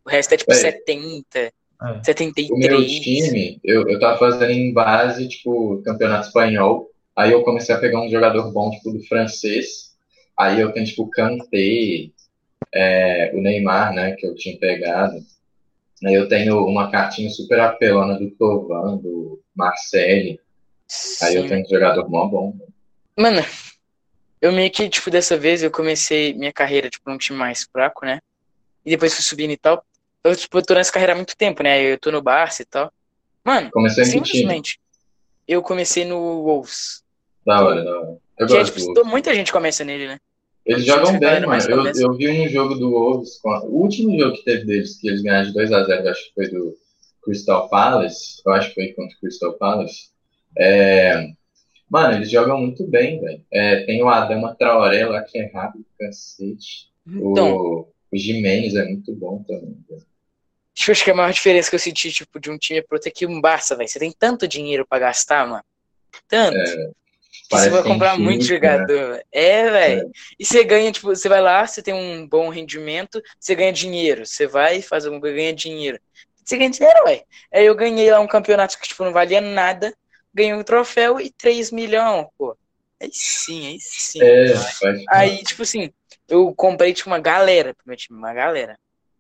O resto é tipo Véi, setenta, É. setenta e o meu três. time, eu, eu tava fazendo em base, tipo, campeonato espanhol. Aí eu comecei a pegar um jogador bom, tipo, do francês. Aí eu tenho, tipo, o Kanté, é, o Neymar, né, que eu tinha pegado. Aí eu tenho uma cartinha super apelona do Tovan, do Marcelo. Aí eu Sim. tenho um jogador mó bom. Mano, eu meio que, tipo, dessa vez eu comecei minha carreira, tipo, num time mais fraco, né? E depois fui subindo e tal. Eu, tipo, eu tô nessa carreira há muito tempo, né? Eu tô no Barça e tal. Mano, Comecei em que time? simplesmente, eu comecei no Wolves. Da hora, da hora. Eu Que é, gosto tipo, do tô- Wolves. muita gente começa nele, né? É um Eles time que jogam a bem, galera mano. mais Eu, começa. eu vi um jogo do Wolves, com a- o último jogo que teve deles, que eles ganharam de dois a zero, acho que foi do Crystal Palace. Eu acho que foi contra o Crystal Palace. É, mano, eles jogam muito bem, velho. É, tem o Adama Traoré lá, que é rápido, cacete. Então, O, o Gimenez é muito bom também, velho. acho que acho que a maior diferença que eu senti, tipo, de um time pro outro é que um Barça, velho. Você tem tanto dinheiro pra gastar, mano. Tanto. Que você Parece vai que tem comprar muito chute, né? jogador, velho. É, velho. E você ganha, tipo, você vai lá, você tem um bom rendimento, você ganha dinheiro. Você vai faz alguma coisa, ganha dinheiro. Você ganha dinheiro, velho. Aí eu ganhei lá um campeonato que, tipo, não valia nada. Ganhei um troféu e três milhões, pô. Aí sim, aí sim. É, faz Aí, tipo assim, eu comprei, tipo, uma galera pro meu time, uma galera.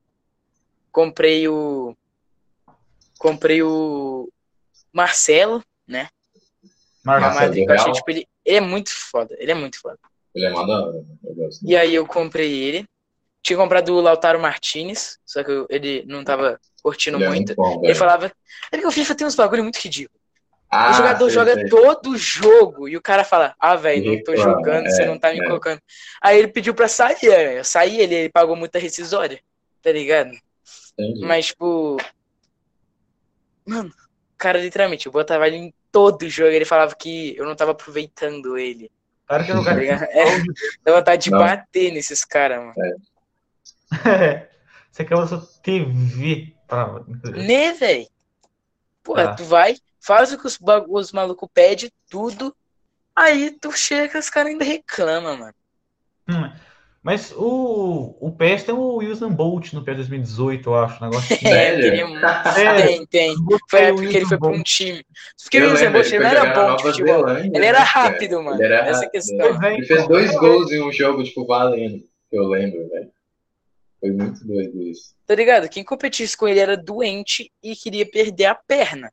Comprei o... Comprei o Marcelo, né? Real Marcelo Madrid, do que eu achei, Real, tipo, ele, ele é muito foda. Ele é muito foda. ele é mó da hora, né? Eu gosto E dele. aí eu comprei ele. Tinha comprado o Lautaro Martinez, só que eu- ele não tava curtindo Ele é muito. muito bom, Ele velho. falava. É porque o FIFA tem uns bagulho muito ridículo. O Ah, jogador sei, joga sei. todo jogo e o cara fala: Ah, E velho, não tô reclama, jogando, você é, não tá me é, colocando. Aí ele pediu pra sair, é, eu saí, ele, ele pagou muita rescisória, tá ligado? entendi. Mas, tipo, mano, o cara literalmente, eu botava ele em todo jogo, ele falava que eu não tava aproveitando ele, Cara que não tá quer ligado? É, dá vontade de Não, bater nesses caras, mano. Você quebra sua T V. Pra... Né, velho? Porra, Tá. tu vai, faz o que os, ba- os malucos pedem, tudo, aí tu chega, os caras ainda reclamam, mano. Hum. Mas o, o P S tem o Usain Bolt no P S dois mil e dezoito, eu acho. Um negócio assim. É, eu queria sério? muito. Sério? Tem, tem. Eu Foi a botei o época que ele Usain foi pra Bolt. um time. Porque Eu o Usain lembro, Bolt ele ele não foi era jogar na bom de Nova futebol. Zelândia, Ele era né, cara? rápido, mano. Ele era Essa é a rápido. questão. Pois é, Ele fez então. dois Eu gols em um jogo, tipo, valendo, que eu lembro, velho. Foi muito doido isso. Tá ligado? Quem competisse com ele era doente e queria perder a perna.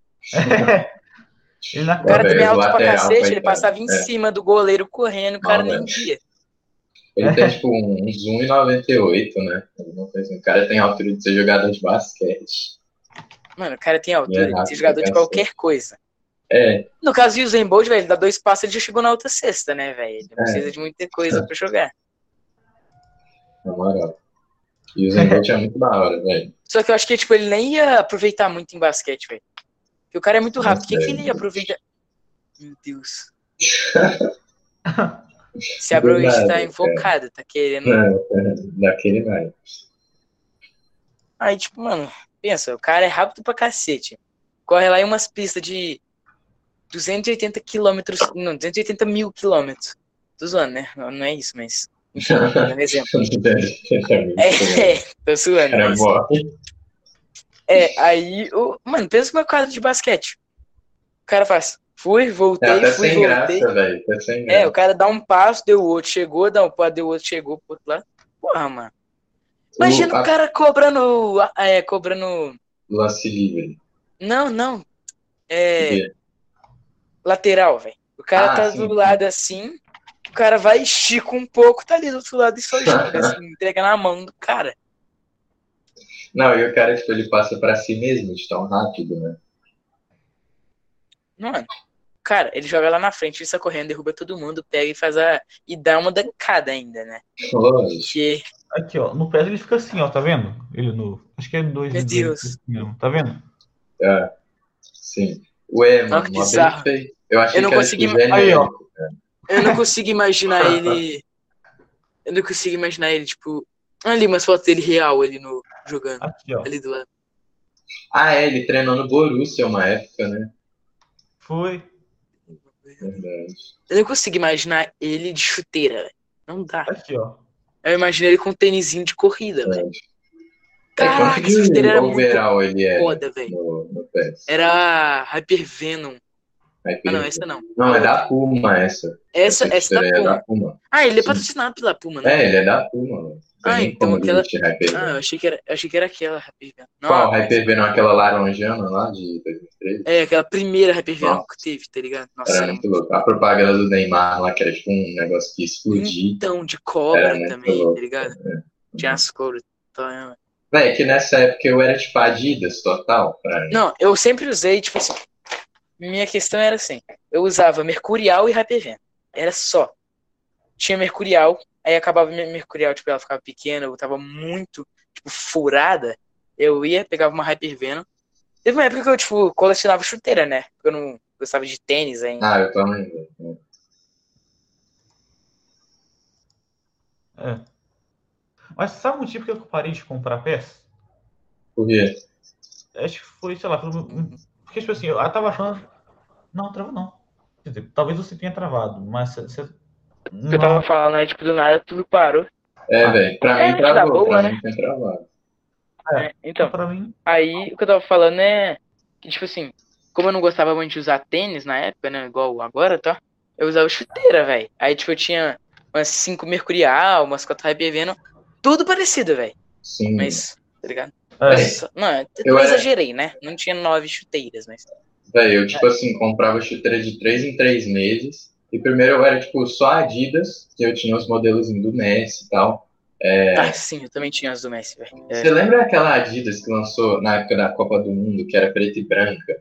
Ele na O cara Ó, também é velho, o alto pra lateral, cacete, ele coitado. passava em É, cima do goleiro correndo, o cara mal, nem velho. via. Ele tem, tipo, um, uns um e noventa e oito, né? Alguma coisa assim. O cara tem a altura de ser jogador de basquete. Mano, o cara tem E altura, é ele tem rápido pra jogador de cacete. qualquer coisa. É, No caso do Usain Bolt, velho, ele dá dois passos, ele já chegou na outra cesta, né, velho? Ele não É. precisa de muita coisa pra jogar. na moral. E o Usain Bolt é muito da hora, velho. Só que eu acho que, tipo, ele nem ia aproveitar muito em basquete, velho. Porque o cara é muito rápido. O que, que ele ia aproveitar? Meu Deus. Se a Do Broish nada, tá cara. invocada, tá querendo. Daquele vai. Aí, tipo, mano, pensa, o cara é rápido pra cacete. Corre lá em umas pistas de duzentos e oitenta quilômetros. Não, duzentos e oitenta mil quilômetros. Tô zoando, né? Não, não é isso, mas. Enfim, dando exemplo. É, é, tô zoando, Cara, mas. morre. É, aí. O... Mano, pensa numa quadra de basquete. O cara faz. Fui, É voltei, até fui, sem voltei. graça, velho. Até sem É, o graça. cara dá um passo, deu outro, chegou, dá um passo, deu outro, chegou pro outro lado. Porra, mano. Imagina O, o a, cara cobrando. É, cobrando. lance livre. Não, não. O É. quê? Lateral, velho. O cara Ah, tá sim, do sim. lado assim, o cara vai, estica um pouco, tá ali do outro lado e só joga, assim, entrega na mão do cara. Não, e o cara, tipo, ele passa pra si mesmo de tão rápido, né? Mano, cara, ele joga lá na frente, ele sai correndo, derruba todo mundo, pega e faz a. E dá uma dancada ainda, né? Lógico. Que, Aqui, ó. No P E S ele fica assim, ó. Tá vendo? Ele no. Acho que é dois meu mil e dezoito Deus. mesmo. Tá vendo? É, sim. Ué, Olha mano, que mó bizarro. bem feito. Eu achei Eu não que era, consegui. tipo, Aí, ó. genérico. Eu não consigo imaginar ele. Eu não consigo imaginar ele, tipo. Ali umas fotos dele real ali no. Jogando. Aqui, ó. Ali do lado. Ah, é, ele treinou no Borussia uma época, né? Foi. Verdade. Eu não consigo imaginar ele de chuteira, velho. Não dá. Aqui, ó. Eu imagino ele com um tênisinho de corrida, velho. Verdade. Caraca, esse Quanto chuteiro de era muito overall ele é foda, velho. no, no P E S? Era Hyper Venom. Hyper... Ah, não, essa não. Não, A é da outra. Puma essa. Essa, Essa essa da chuteira é Puma. da Puma. Ah, ele é Sim. patrocinado pela Puma, né? É, ele é da Puma, mano. Tem Ah, nem então como aquela. vestir Hyper Ah, eu Venom. achei que era, eu achei que era aquela Hyper Venom. Não, Qual? mas- Hyper Venom, aquela laranjana lá de dois mil e treze? É, aquela primeira Hyper Venom Nossa. que teve, tá ligado? Nossa, Era era muito louco. A propaganda do Neymar lá, que era tipo um negócio que ia explodir. Então, de Era cobra muito também, louco. tá ligado? Tinha as cobras. Então, é- Véi, que nessa época eu era tipo Adidas total. Pra... Não, eu sempre usei, tipo assim. Minha questão era assim: eu usava Mercurial e Hyper Venom. Era só. Tinha Mercurial, aí acabava minha Mercurial, tipo, ela ficava pequena, eu tava muito, tipo, furada. Eu ia, pegava uma Hyper Venom. Teve uma época que eu, tipo, colecionava chuteira, né? Porque eu não gostava de tênis ainda. Ah, eu também. velho. É. Mas sabe o motivo que eu parei de comprar peça? Por quê? Acho que foi, sei lá, pelo- porque, tipo assim, eu tava achando. Não, travou não. Quer dizer, talvez você tenha travado, mas você. Eu tava falando, aí, tipo, do nada tudo parou. É, Ah. velho. Pra É, mim travou. tá boa, pra né? mim tem travado. É, então, Pra mim. aí o que eu tava falando é que, tipo assim, como eu não gostava muito de usar tênis na época, né? Igual agora, tá? Eu usava chuteira, velho. Aí, tipo, eu tinha umas cinco Mercurial, umas quatro Hyper Venom, tudo parecido, velho. Sim. Mas, tá ligado? É, Mas, não, eu Eu era- exagerei, né? Não tinha nove chuteiras, mas. Velho, eu, tipo assim, comprava chuteira de três em três meses. E primeiro eu era, tipo, só Adidas, que eu tinha os modelos do Messi e tal. É... Ah, sim, eu também tinha as do Messi, velho. É. Você lembra aquela Adidas que lançou na época da Copa do Mundo, que era preta e branca?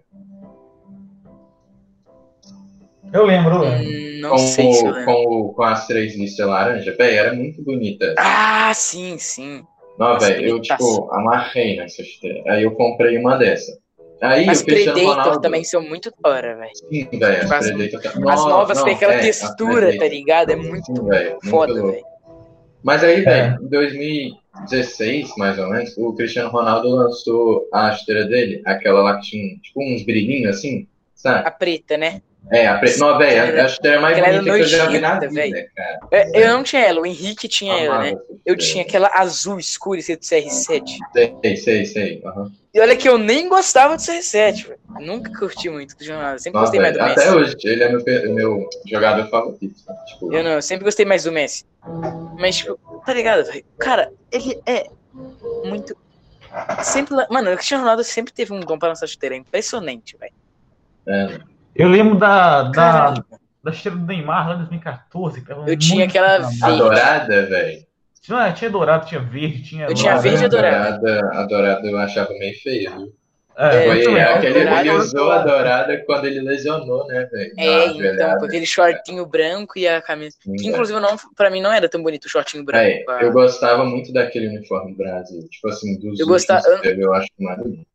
eu lembro, eu lembro. Hum, Não com, sei se eu o- lembro. com, o- com as três listras laranja. Véi, era muito bonita. Ah, sim, sim. Não, Nossa, velho, eu, bonitaça. tipo, amarrei nessa chuteira. Aí eu comprei uma dessa. Aí As o Cristiano Predator Ronaldo... também são muito da hora, velho. Sim, velho, Tipo, as as- Predator... tá- As Não, novas não, têm aquela é, as textura, Predator. tá ligado? É muito Sim, velho, muito foda, louco. velho. Mas aí, É. velho, em dois mil e dezesseis, mais ou menos, o Cristiano Ronaldo lançou a chuteira dele, aquela lá que tinha, tipo, uns brilhinhos assim, sabe? A preta, né? É, a preta. Não, velho, a chuteira mais Aquela era bonita que eu já vi na nojenta, vida, cara. Eu, eu não tinha ela, o Henrique tinha ela, né? Amava essa Eu chuteira. tinha aquela azul escura, escrito C R sete. Sei, sei, sei. aham. E olha que eu nem gostava do C R sete, velho. Nunca curti muito do jornal. Sempre Nossa, gostei mais velho, do até Messi. hoje, ele é meu, pe- meu jogador favorito. Tipo, Eu não, eu sempre gostei mais do Messi. Mas, tipo, tá ligado, velho? Cara, ele é muito. Sempre. la- Mano, o Cristiano Ronaldo sempre teve um dom pra lançar chuteira. É impressionante, velho. é, Eu lembro da, da, Caralho. da chuteira do Neymar lá em dois mil e quatorze. Que tava Eu tinha muito aquela na a verde. dourada, velho. Tinha, tinha dourado, tinha verde, tinha. Eu tinha laranja. verde e a dourada. dourada. A dourada eu achava meio feia, viu? É, É, eu Foi também. aquele dourada, ele usou a dourada. dourada quando ele lesionou, né, velho? É, Na então, joelhada. com aquele shortinho branco e a camisa. Sim, Que inclusive não, pra mim não era tão bonito o shortinho branco. Véi, com a- eu gostava muito daquele uniforme do Brasil. Tipo assim, dos Eu últimos gostava- eu- que teve, eu acho mais bonito.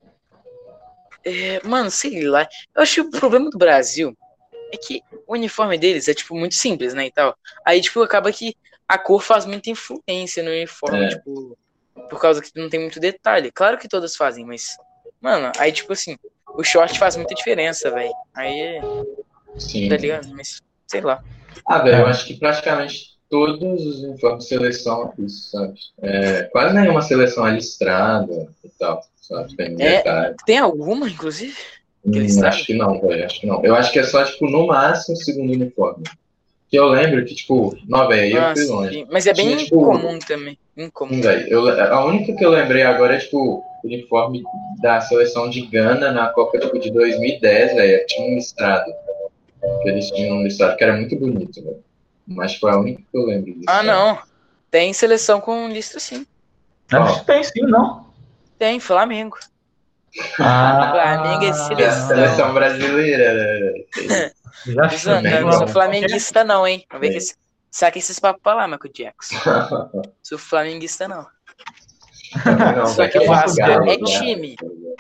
É, mano, sei lá. Eu acho que o problema do Brasil é que o uniforme deles é, tipo, muito simples, né, e tal. Aí, tipo, acaba que a cor faz muita influência no uniforme, É. tipo, por causa que não tem muito detalhe. Claro que todas fazem, mas, mano, aí, tipo assim, o short faz muita diferença, velho. Aí, Sim. tá ligado? Mas, sei lá. Ah, velho, eu É. acho que praticamente todos os uniformes de seleção, isso, sabe? É, quase nenhuma seleção é listrada e tal, sabe? Tem É. detalhe. Tem alguma, inclusive? que Hum, listrada? acho que não, velho, acho que não. Eu acho que é só, tipo, no máximo o segundo uniforme. Que eu lembro que, tipo, não, velho, aí eu Ah, fui sim. longe. Mas é bem Tinha, tipo, incomum também. Incomum. Hum, velho, eu, a única que eu lembrei agora é, tipo, o uniforme da seleção de Gana na Copa, tipo, de dois mil e dez, velho, tinha um listrado. Que eles tinham um listrado que era muito bonito, velho. Mas foi a única que eu lembro disso. Ah, velho. não. Tem seleção com lista, sim. Acho que tem sim, não? Tem, Flamengo. Ah, Flamengo é Que é a seleção. seleção brasileira, né? Já Usando, também, eu não sou não. flamenguista, não, hein? Vamos ver Sim. que esse... Saca esses papos pra lá, Michael Jackson. Sou flamenguista, não. Não, Só velho, que eu sou Vasco galo, é velho. time.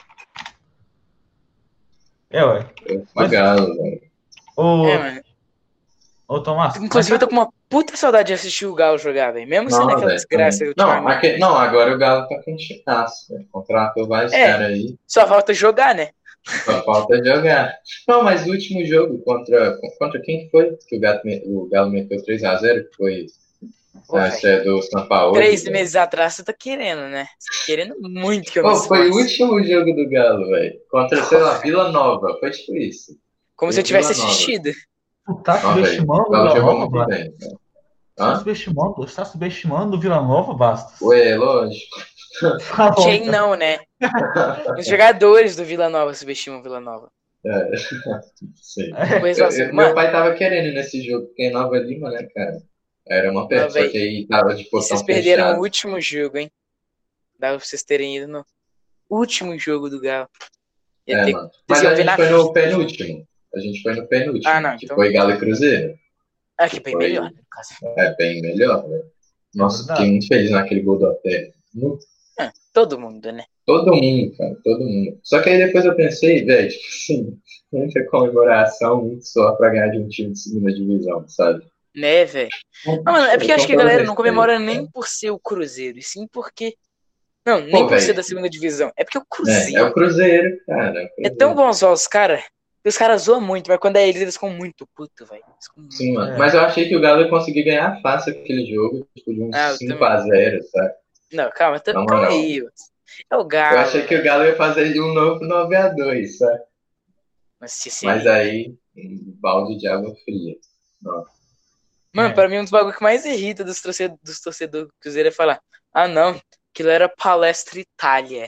É, ué. Eu sou galo, velho. Ô, É, mano. ô Tomás. Inclusive, eu tô com uma puta saudade de assistir o Galo jogar, velho. Mesmo sendo Não, aquela velho, desgraça também. que eu Não, aque- não, agora o Galo tá com chitaço, velho. Contratou vários É. caras aí. Só falta jogar, né? Só falta jogar. Não, mas o último jogo contra, contra quem que foi? Que o, Gato, me- o Galo meteu três a zero, que foi Ô, Acho que velho, é do São Paulo. três velho. meses atrás você tá querendo, né? Você tá querendo muito que eu me Pô, foi o esforce. último jogo do Galo, velho. Contra, sei lá, Vila Nova. Foi tipo isso. Como se Foi eu tivesse Vila Nova. assistido. Tu tá Ó, velho. subestimando O o Galo Vila jogou Nova, muito Bastos? bem. Né? Você tá Hã? subestimando, você tá subestimando o Vila Nova, Bastos? Ué, lógico. Tá bom, Quem então. não, né? Os jogadores do Vila Nova subestimam o Vila Nova. É, sim. Depois Eu- fala assim, eu- meu mano, pai tava querendo nesse jogo, porque em Nova Lima, né, cara? Era uma não, perto, só velho. que aí tava de E portão vocês perderam o fechado. último jogo, hein? Dava pra vocês terem ido no último jogo do Galo. Ia É, ter... mano. Vocês Mas iam a ver gente na foi no fita. penúltimo. A gente foi no penúltimo, Ah, não, que então. foi Galo e Cruzeiro. Ah, que bem Foi- melhor, né, no caso. É bem melhor, velho. Nossa, verdade. fiquei muito feliz naquele gol do Otero. Muito. Ah, todo mundo, né? Todo mundo, cara, todo mundo. Só que aí depois eu pensei, velho, tipo assim, muita comemoração, muito só pra ganhar de um time de segunda divisão, sabe? Né, velho? Ah, mano, é porque eu acho que a Com todo galera não respeito, comemora cara. nem por ser o Cruzeiro, e sim porque. Não, nem Pô, por ser velho. da segunda divisão. É porque o É, é Cruzeiro o Cruzeiro, cara. É, o é Cruzeiro. tão bom zoar os caras. Que os caras zoam muito, mas quando é eles, eles ficam muito putos, velho. Eles ficam muito- Sim, mano. É. Mas eu achei que o Galo ia conseguir ganhar fácil aquele jogo, tipo, de uns Ah, eu cinco a zero, sabe? Não, calma, tá- Na calma moral. aí. mano. É o Eu Galo. achei que o Galo ia fazer um novo nove a dois, sabe? Mas, se- se- Mas aí, um balde de água fria. Nossa. Mano, É. pra mim, um dos bagulhos que mais irrita dos torcedores dos torcedor do Cruzeiro é falar: ah, não, aquilo era Palestra Itália.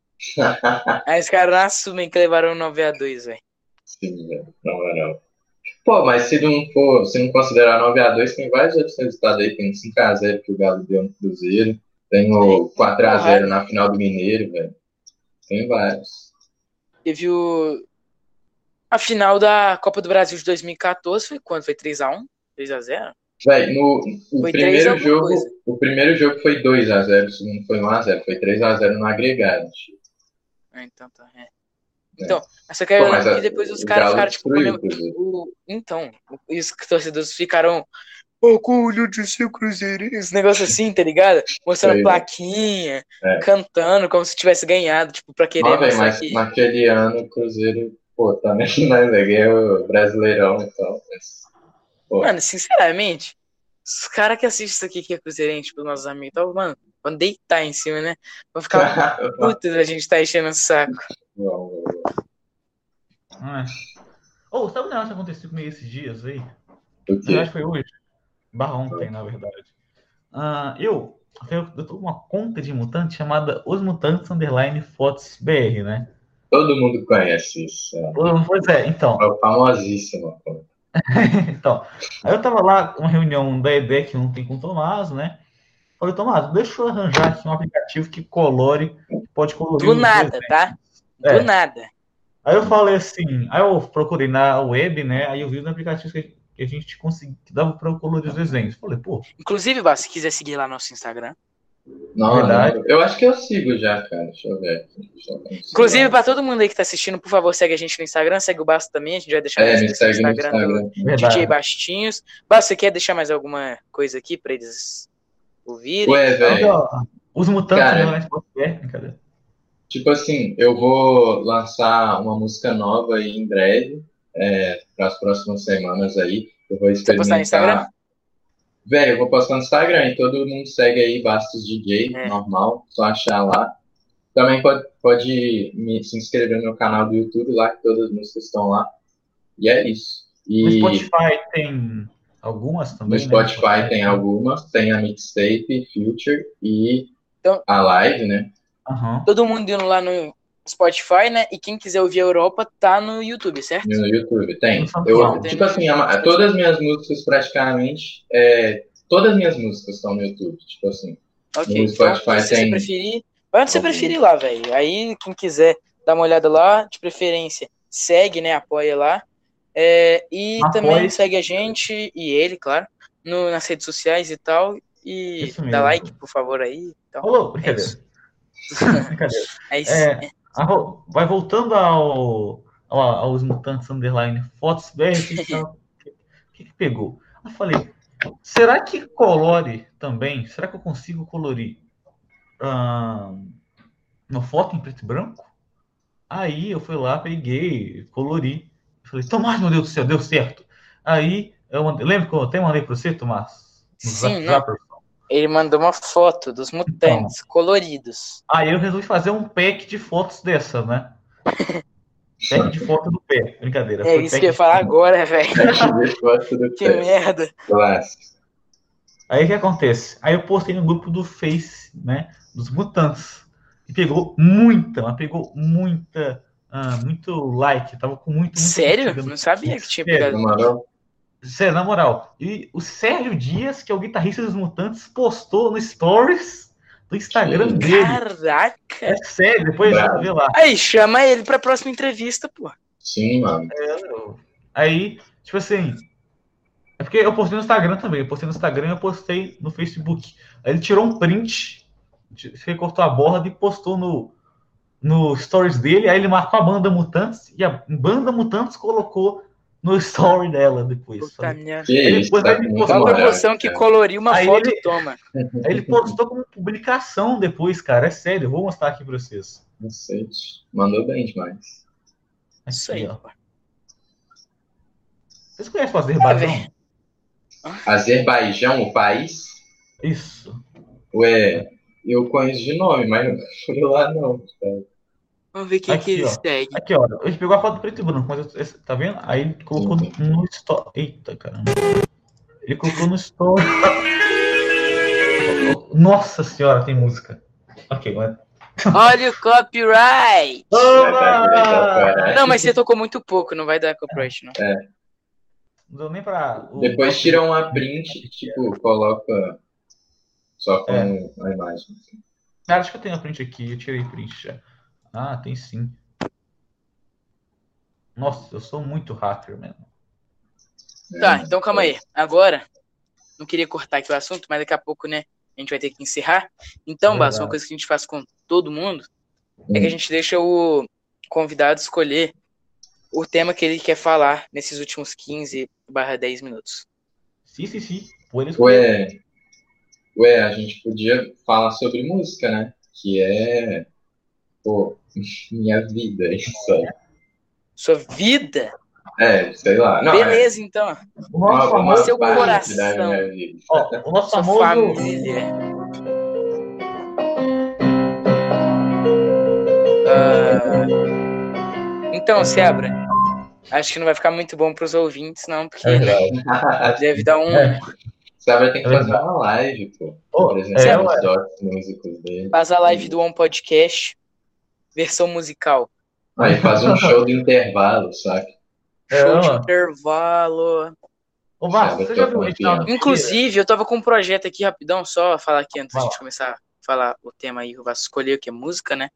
Aí os caras não assumem que levaram nove a dois, velho. Sim, velho. Na moral. Pô, mas se não for, se não considerar nove a dois, tem vários outros resultados aí. Tem cinco a zero que o Galo deu no Cruzeiro. Tem o quatro a zero na final do Mineiro, velho. Tem vários. Teve o... A final da Copa do Brasil de dois mil e quatorze foi quando? Foi três a um? três a zero? Velho, no o Foi três primeiro alguma jogo, coisa. o primeiro jogo foi dois a zero, o segundo foi um a zero, foi três a zero no agregado. Ah, então tá. É. Então, essa que eu Pô, lembro mas que a- depois os o caras Galo ficaram, tipo, destruiu, comemorando. inclusive. O... Então, e os torcedores ficaram. Orgulho de ser cruzeirense. Esse negócio assim, tá ligado? Mostrando Sei, plaquinha, É. cantando como se tivesse ganhado, tipo, pra querer Não, velho, mostrar mas que. naquele ano o Cruzeiro, pô, também, né, velho, ganhou o Brasileirão e tal. Mas, pô, Mano, sinceramente, os caras que assistem isso aqui, que é cruzeirense, tipo, nossos amigos e tal, mano, vão deitar em cima, né? Vão ficar putos a gente tá enchendo o saco. Não, É. Ô, sabe o negócio que aconteceu comigo esses dias aí? o Na verdade quê? foi hoje. Barra ontem, na verdade. Ah, eu, eu, eu tô com uma conta de mutante chamada Os Mutantes Underline Fotos B R, né? Todo mundo conhece isso. É Pois é, então. É famosíssimo. Pô. Então, aí eu tava lá, uma reunião da E D E C ontem com o Tomás, né? Falei, Tomás, deixa eu arranjar aqui um aplicativo que colore, que pode colorir Do os nada, desenhos. tá? Do É. nada. Aí eu falei assim, aí eu procurei na web, né? Aí eu vi no aplicativo que, que a gente conseguia, que dava pra eu colorir os desenhos. Falei, pô, Inclusive, Bá, se quiser seguir lá no nosso Instagram. Não, Verdade. não, eu acho que eu sigo já, cara. Deixa eu ver. Deixa eu ver. Inclusive, pra todo mundo aí que tá assistindo, por favor, segue a gente no Instagram, segue o Basto também, a gente vai deixar É, na me descrição segue no do Instagram do Instagram. verdade. D J Bastinhos. Basto, você quer deixar mais alguma coisa aqui pra eles ouvirem? Ué, Então, velho. ó, os mutantes Cara. Underline Fotos B R, cadê? Tipo assim, eu vou lançar uma música nova aí em breve, é, para as próximas semanas aí. Eu vou Você postar no Instagram? experimentar. Velho, eu vou postar no Instagram e todo mundo segue aí Bastos D J, É. normal, só achar lá. Também pode, pode me, se inscrever no meu canal do YouTube lá, que todas as músicas estão lá. E é isso. No E Spotify tem algumas também, no né? Spotify tem algumas, tem a mixtape, Future e Então- a live, né? Aham. Todo mundo indo lá no Spotify, né? E quem quiser ouvir a Europa tá no YouTube, certo? No YouTube, tem. No SoundCloud. Eu, tipo assim, a- todas as minhas músicas praticamente, é, todas as minhas músicas estão no YouTube, tipo assim. Ok, No então, Spotify se você tem- preferir, vai onde você Alguns. preferir lá, velho. Aí, quem quiser dar uma olhada lá, de preferência, segue, né? Apoia lá. É, e Apoie. também segue a gente e ele, claro, no- nas redes sociais e tal. E Isso dá mesmo. like, por favor, aí. Então, Falou, é brincadeira. isso. Brincadeira. É isso. É, a vo- vai voltando ao, ao- aos mutantes underline fotos B R, o que, que, tá- que- que que pegou? Eu falei, será que colore também? Será que eu consigo colorir ah, uma foto em preto e branco? Aí eu fui lá, peguei, colori. Falei, Tomás, meu Deus do céu, deu certo. Aí eu mandei, lembra que eu até mandei para você, Tomás? No Sim, Zap- Zapperson? Ele mandou uma foto dos mutantes Então. coloridos. Aí eu resolvi fazer um pack de fotos dessa, né? Pack de foto do pé. Brincadeira. É Foi isso pack que eu ia de- falar agora, velho. De foto do Que pé. merda. Clássico. Aí o que acontece? Aí eu postei no grupo do Face, né? Dos mutantes. E pegou muita, mas pegou muita. ah, muito like. Tava com muito, muito Sério? curtida no Não sabia que tinha Sério. pegado. Na moral, Sério, na moral. E o Sérgio Dias, que é o guitarrista dos Mutantes, postou no Stories do Instagram Que dele. Caraca. É sério, depois Bravo. vê lá. Aí, chama ele pra próxima entrevista, pô. sim, mano. Aí, tipo assim. É porque eu postei no Instagram também. Eu postei no Instagram e eu postei no Facebook. Aí ele tirou um print, recortou a borda e postou no, no Stories dele. Aí ele marcou a banda Mutantes e a banda Mutantes colocou no story dela depois. Puta sabe? merda. Que Ele isso, depois tá vai com me muita postar Uma uma moral, promoção que cara. coloriu uma Aí foto ele- e toma. Aí ele postou como publicação depois, cara. É sério, eu vou mostrar aqui pra vocês. Não sei. Mandou bem demais. Isso Aqui, aí, ó. pô. Vocês conhecem o Azerbaijão? velho. Azerbaijão, o país? Isso. Ué, eu conheço de nome, mas não fui lá não. cara. Vamos ver quem Aqui, que ele ó. segue. Aqui, ó. Ele pegou a foto preto e branco, mas eu- tá vendo? Aí ele colocou Sim, no story. Eita, caramba. Ele colocou no story. Nossa senhora, tem música. Ok, mas. Olha o copyright. Já tá com essa parada. Não, mas você tocou muito pouco, não vai dar copyright, não. Não deu nem pra. o- Depois tira uma print, tipo, coloca só com É. a imagem. Cara, acho que eu tenho a print aqui. Eu tirei print já. Ah, tem sim. Nossa, eu sou muito hacker mesmo. Tá, É, então calma aí. Agora, não queria cortar aqui o assunto, mas daqui a pouco, né, a gente vai ter que encerrar. Então, Basso, uma Verdade. coisa que a gente faz com todo mundo é que a gente deixa o convidado escolher o tema que ele quer falar nesses últimos quinze barra dez minutos. Sim, sim, sim. Pô, eles Ué, ué, a gente podia falar sobre música, né? Que é, pô, minha vida, isso aí. Sua vida? É, sei lá. Não, Beleza, então. O é nosso uma, uma famoso. Seu parte coração. da minha vida. Ó, o nosso Sua famoso. família. Ah, então, Seabra, acho que não vai ficar muito bom para os ouvintes, não, porque É verdade. deve dar um. É. Sabe, tem que É fazer verdade. uma live, pô. Ô, Apresentar é, os ué. docs músicos dele. Faz a live do One Podcast, versão musical. Aí faz um show do intervalo, saca? É, Show de ó. intervalo. Ô, Márcio, Sabe, você eu já tô viu o Reginaldo confiando. Inclusive, eu tava com um projeto aqui rapidão, só falar aqui antes da Vai gente lá. começar a falar o tema aí que o Vasco escolheu, que é música, né?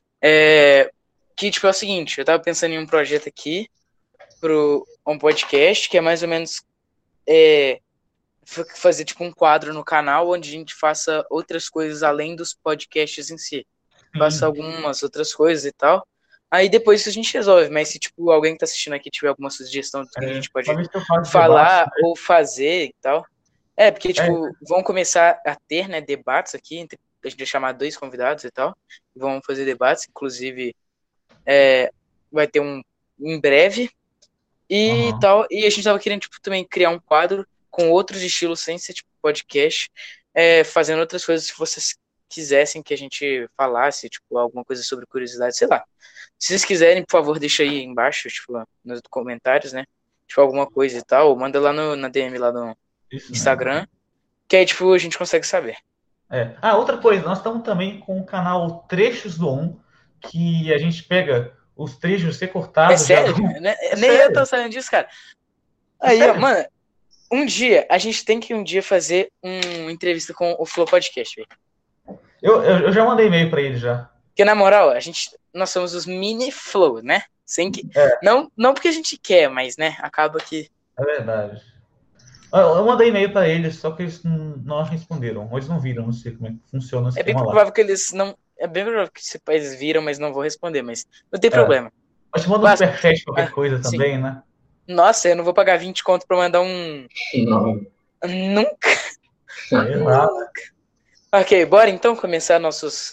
É, que, tipo, é o seguinte, eu tava pensando em um projeto aqui pro um podcast, que é mais ou menos é, f- fazer, tipo, um quadro no canal onde a gente faça outras coisas além dos podcasts em si. Faça algumas outras coisas e tal. Aí depois isso a gente resolve, mas se, tipo, alguém que tá assistindo aqui tiver alguma sugestão do que a gente pode Talvez que eu faça falar debate, né? ou fazer e tal. É, porque, tipo, vão começar a ter, né, debates aqui, entre- a gente vai chamar dois convidados e tal, vão fazer debates, inclusive é, vai ter um em breve, e Aham. tal, e a gente tava querendo, tipo, também criar um quadro com outros estilos, sem ser, tipo, podcast, é, fazendo outras coisas, se vocês quisessem que a gente falasse, tipo, alguma coisa sobre curiosidade, sei lá. Se vocês quiserem, por favor, deixa aí embaixo, tipo, nos comentários, né, tipo, alguma coisa e tal, ou manda lá no, na D M lá no Isso mesmo. Instagram, que aí, tipo, a gente consegue saber. É. Ah, outra coisa, nós estamos também com o canal Trechos do On, que a gente pega os trechos É recortados. sério? de algum- Né? É Nem sério. eu tô sabendo disso, cara. Aí, ó, sério. mano, um dia, a gente tem que um dia fazer uma entrevista com o Flow Podcast, velho. Eu, eu, eu já mandei e-mail pra ele já. Porque, na moral, a gente, nós somos os mini Flow, né? Sem que, É. não, não porque a gente quer, mas, né, acaba que... É verdade. Eu, eu mandei e-mail pra eles, só que eles não, não responderam. Ou eles não viram, não sei como é que funciona esse É bem esquema lá. provável que eles não... É bem provável que eles viram, mas não vão responder, mas não tem É. problema. Mas te manda um Basta- superchat, qualquer Ah, coisa sim. também, né? Nossa, eu não vou pagar vinte conto pra mandar um... Não. Nunca. É nada, Ok, bora então começar nossos...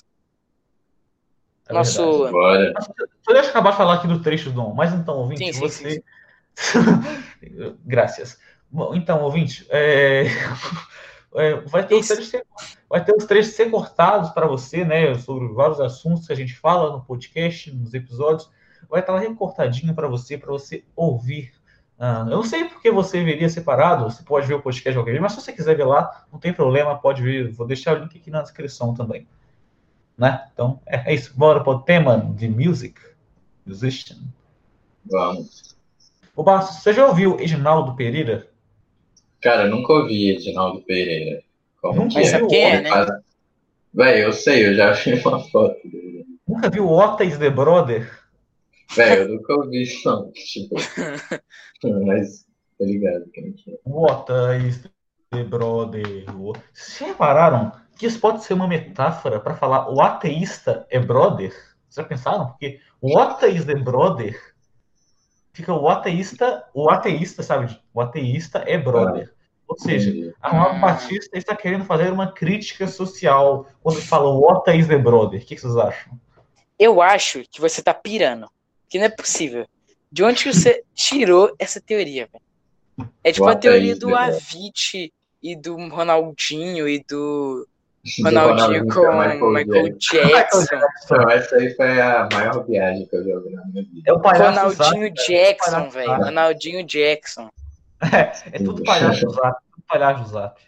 é nosso... verdade. Bora. Só deixa eu acabar de falar aqui do trecho do On. Mas então, ouvinte, Sim, sim, você... sim, Graças. Bom, então, ouvinte, é... é, vai, ter os trechos, vai ter os trechos ser cortados para você, né? Sobre vários assuntos que a gente fala no podcast, nos episódios. Vai estar lá recortadinho para você, para você ouvir. Ah, eu não sei porque você veria separado, você pode ver o podcast qualquer vez, mas se você quiser ver lá, não tem problema, pode ver. Vou deixar o link aqui na descrição também. Né? Então, é, é isso. Bora para o tema de music. Musician. Vamos. Ô, Bastos, você já ouviu Edinaldo Pereira? Cara, eu nunca ouvi Edinaldo Pereira. Como Nunca que é? ouviu? Quem é, né? Faz- Véi, eu sei, eu já vi uma foto dele. Nunca viu Ota is the Brother? Véi, eu nunca ouvi isso, não. Tipo, mas tô ligado quem que é. Ota is the Brother. Vocês já repararam que isso pode ser uma metáfora para falar o ateísta é brother? Vocês já pensaram? Porque o Ota is the Brother fica o ateísta, o ateísta, sabe? O ateísta é brother. Ou seja, Entendi. Arnaldo Batista está querendo fazer uma crítica social quando ele fala Ota is the Brother. O que vocês acham? Eu acho que você tá pirando. Que não é possível. De onde que você tirou essa teoria, velho? É tipo a What teoria is do the- Avicii e do Ronaldinho e do Do Ronaldinho Ronaldinho com com Michael Michael Jackson. Jackson. Então, essa aí foi a maior viagem que eu já ouvi na minha vida. É o palhaço Ronaldinho Zap, Jackson, palhaço velho. Zap. Ronaldinho Jackson. É tudo palhaço zap, tudo palhaço zap.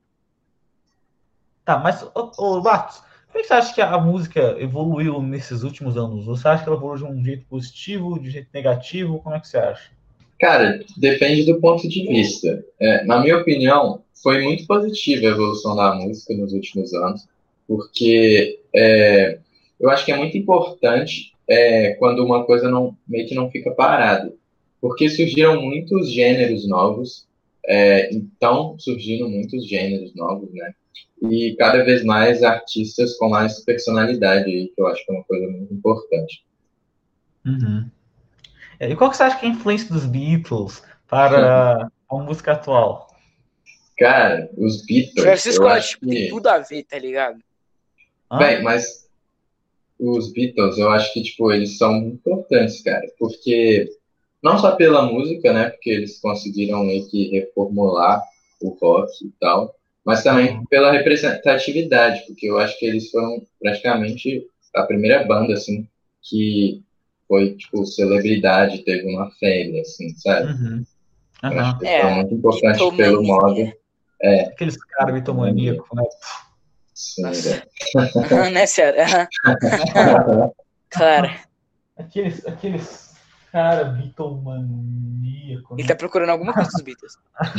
Tá, mas, ô, ô Marcos, como é que você acha que a música evoluiu nesses últimos anos? Você acha que ela evoluiu de um jeito positivo, de um jeito negativo? Como é que você acha? Cara, depende do ponto de vista. É, na minha opinião, foi muito positiva a evolução da música nos últimos anos, porque é, eu acho que é muito importante é, quando uma coisa não, meio que não fica parada, porque surgiram muitos gêneros novos, é, então surgindo muitos gêneros novos, né? E cada vez mais artistas com mais personalidade aí, que eu acho que é uma coisa muito importante. Uhum. É, e qual que você acha que é a influência dos Beatles para a música atual? Cara, os Beatles, Travis eu Scott, acho tipo, tem que... tudo a ver, tá ligado? Hã? Bem, mas os Beatles, eu acho que, tipo, eles são muito importantes, cara, porque não só pela música, né, porque eles conseguiram meio que reformular o rock e tal, mas também pela representatividade, porque eu acho que eles foram praticamente a primeira banda, assim, que foi, tipo, celebridade, teve uma febre, assim, sabe? Uhum. Eu Aham. acho que É, foi muito importante bitomania. pelo modo. Aqueles caras bitomaníacos, né? Sim, Nossa. né? Né, Ceará? Claro. Aqueles, aqueles caras bitomaníacos, Ele né? tá procurando alguma coisa dos Beatles.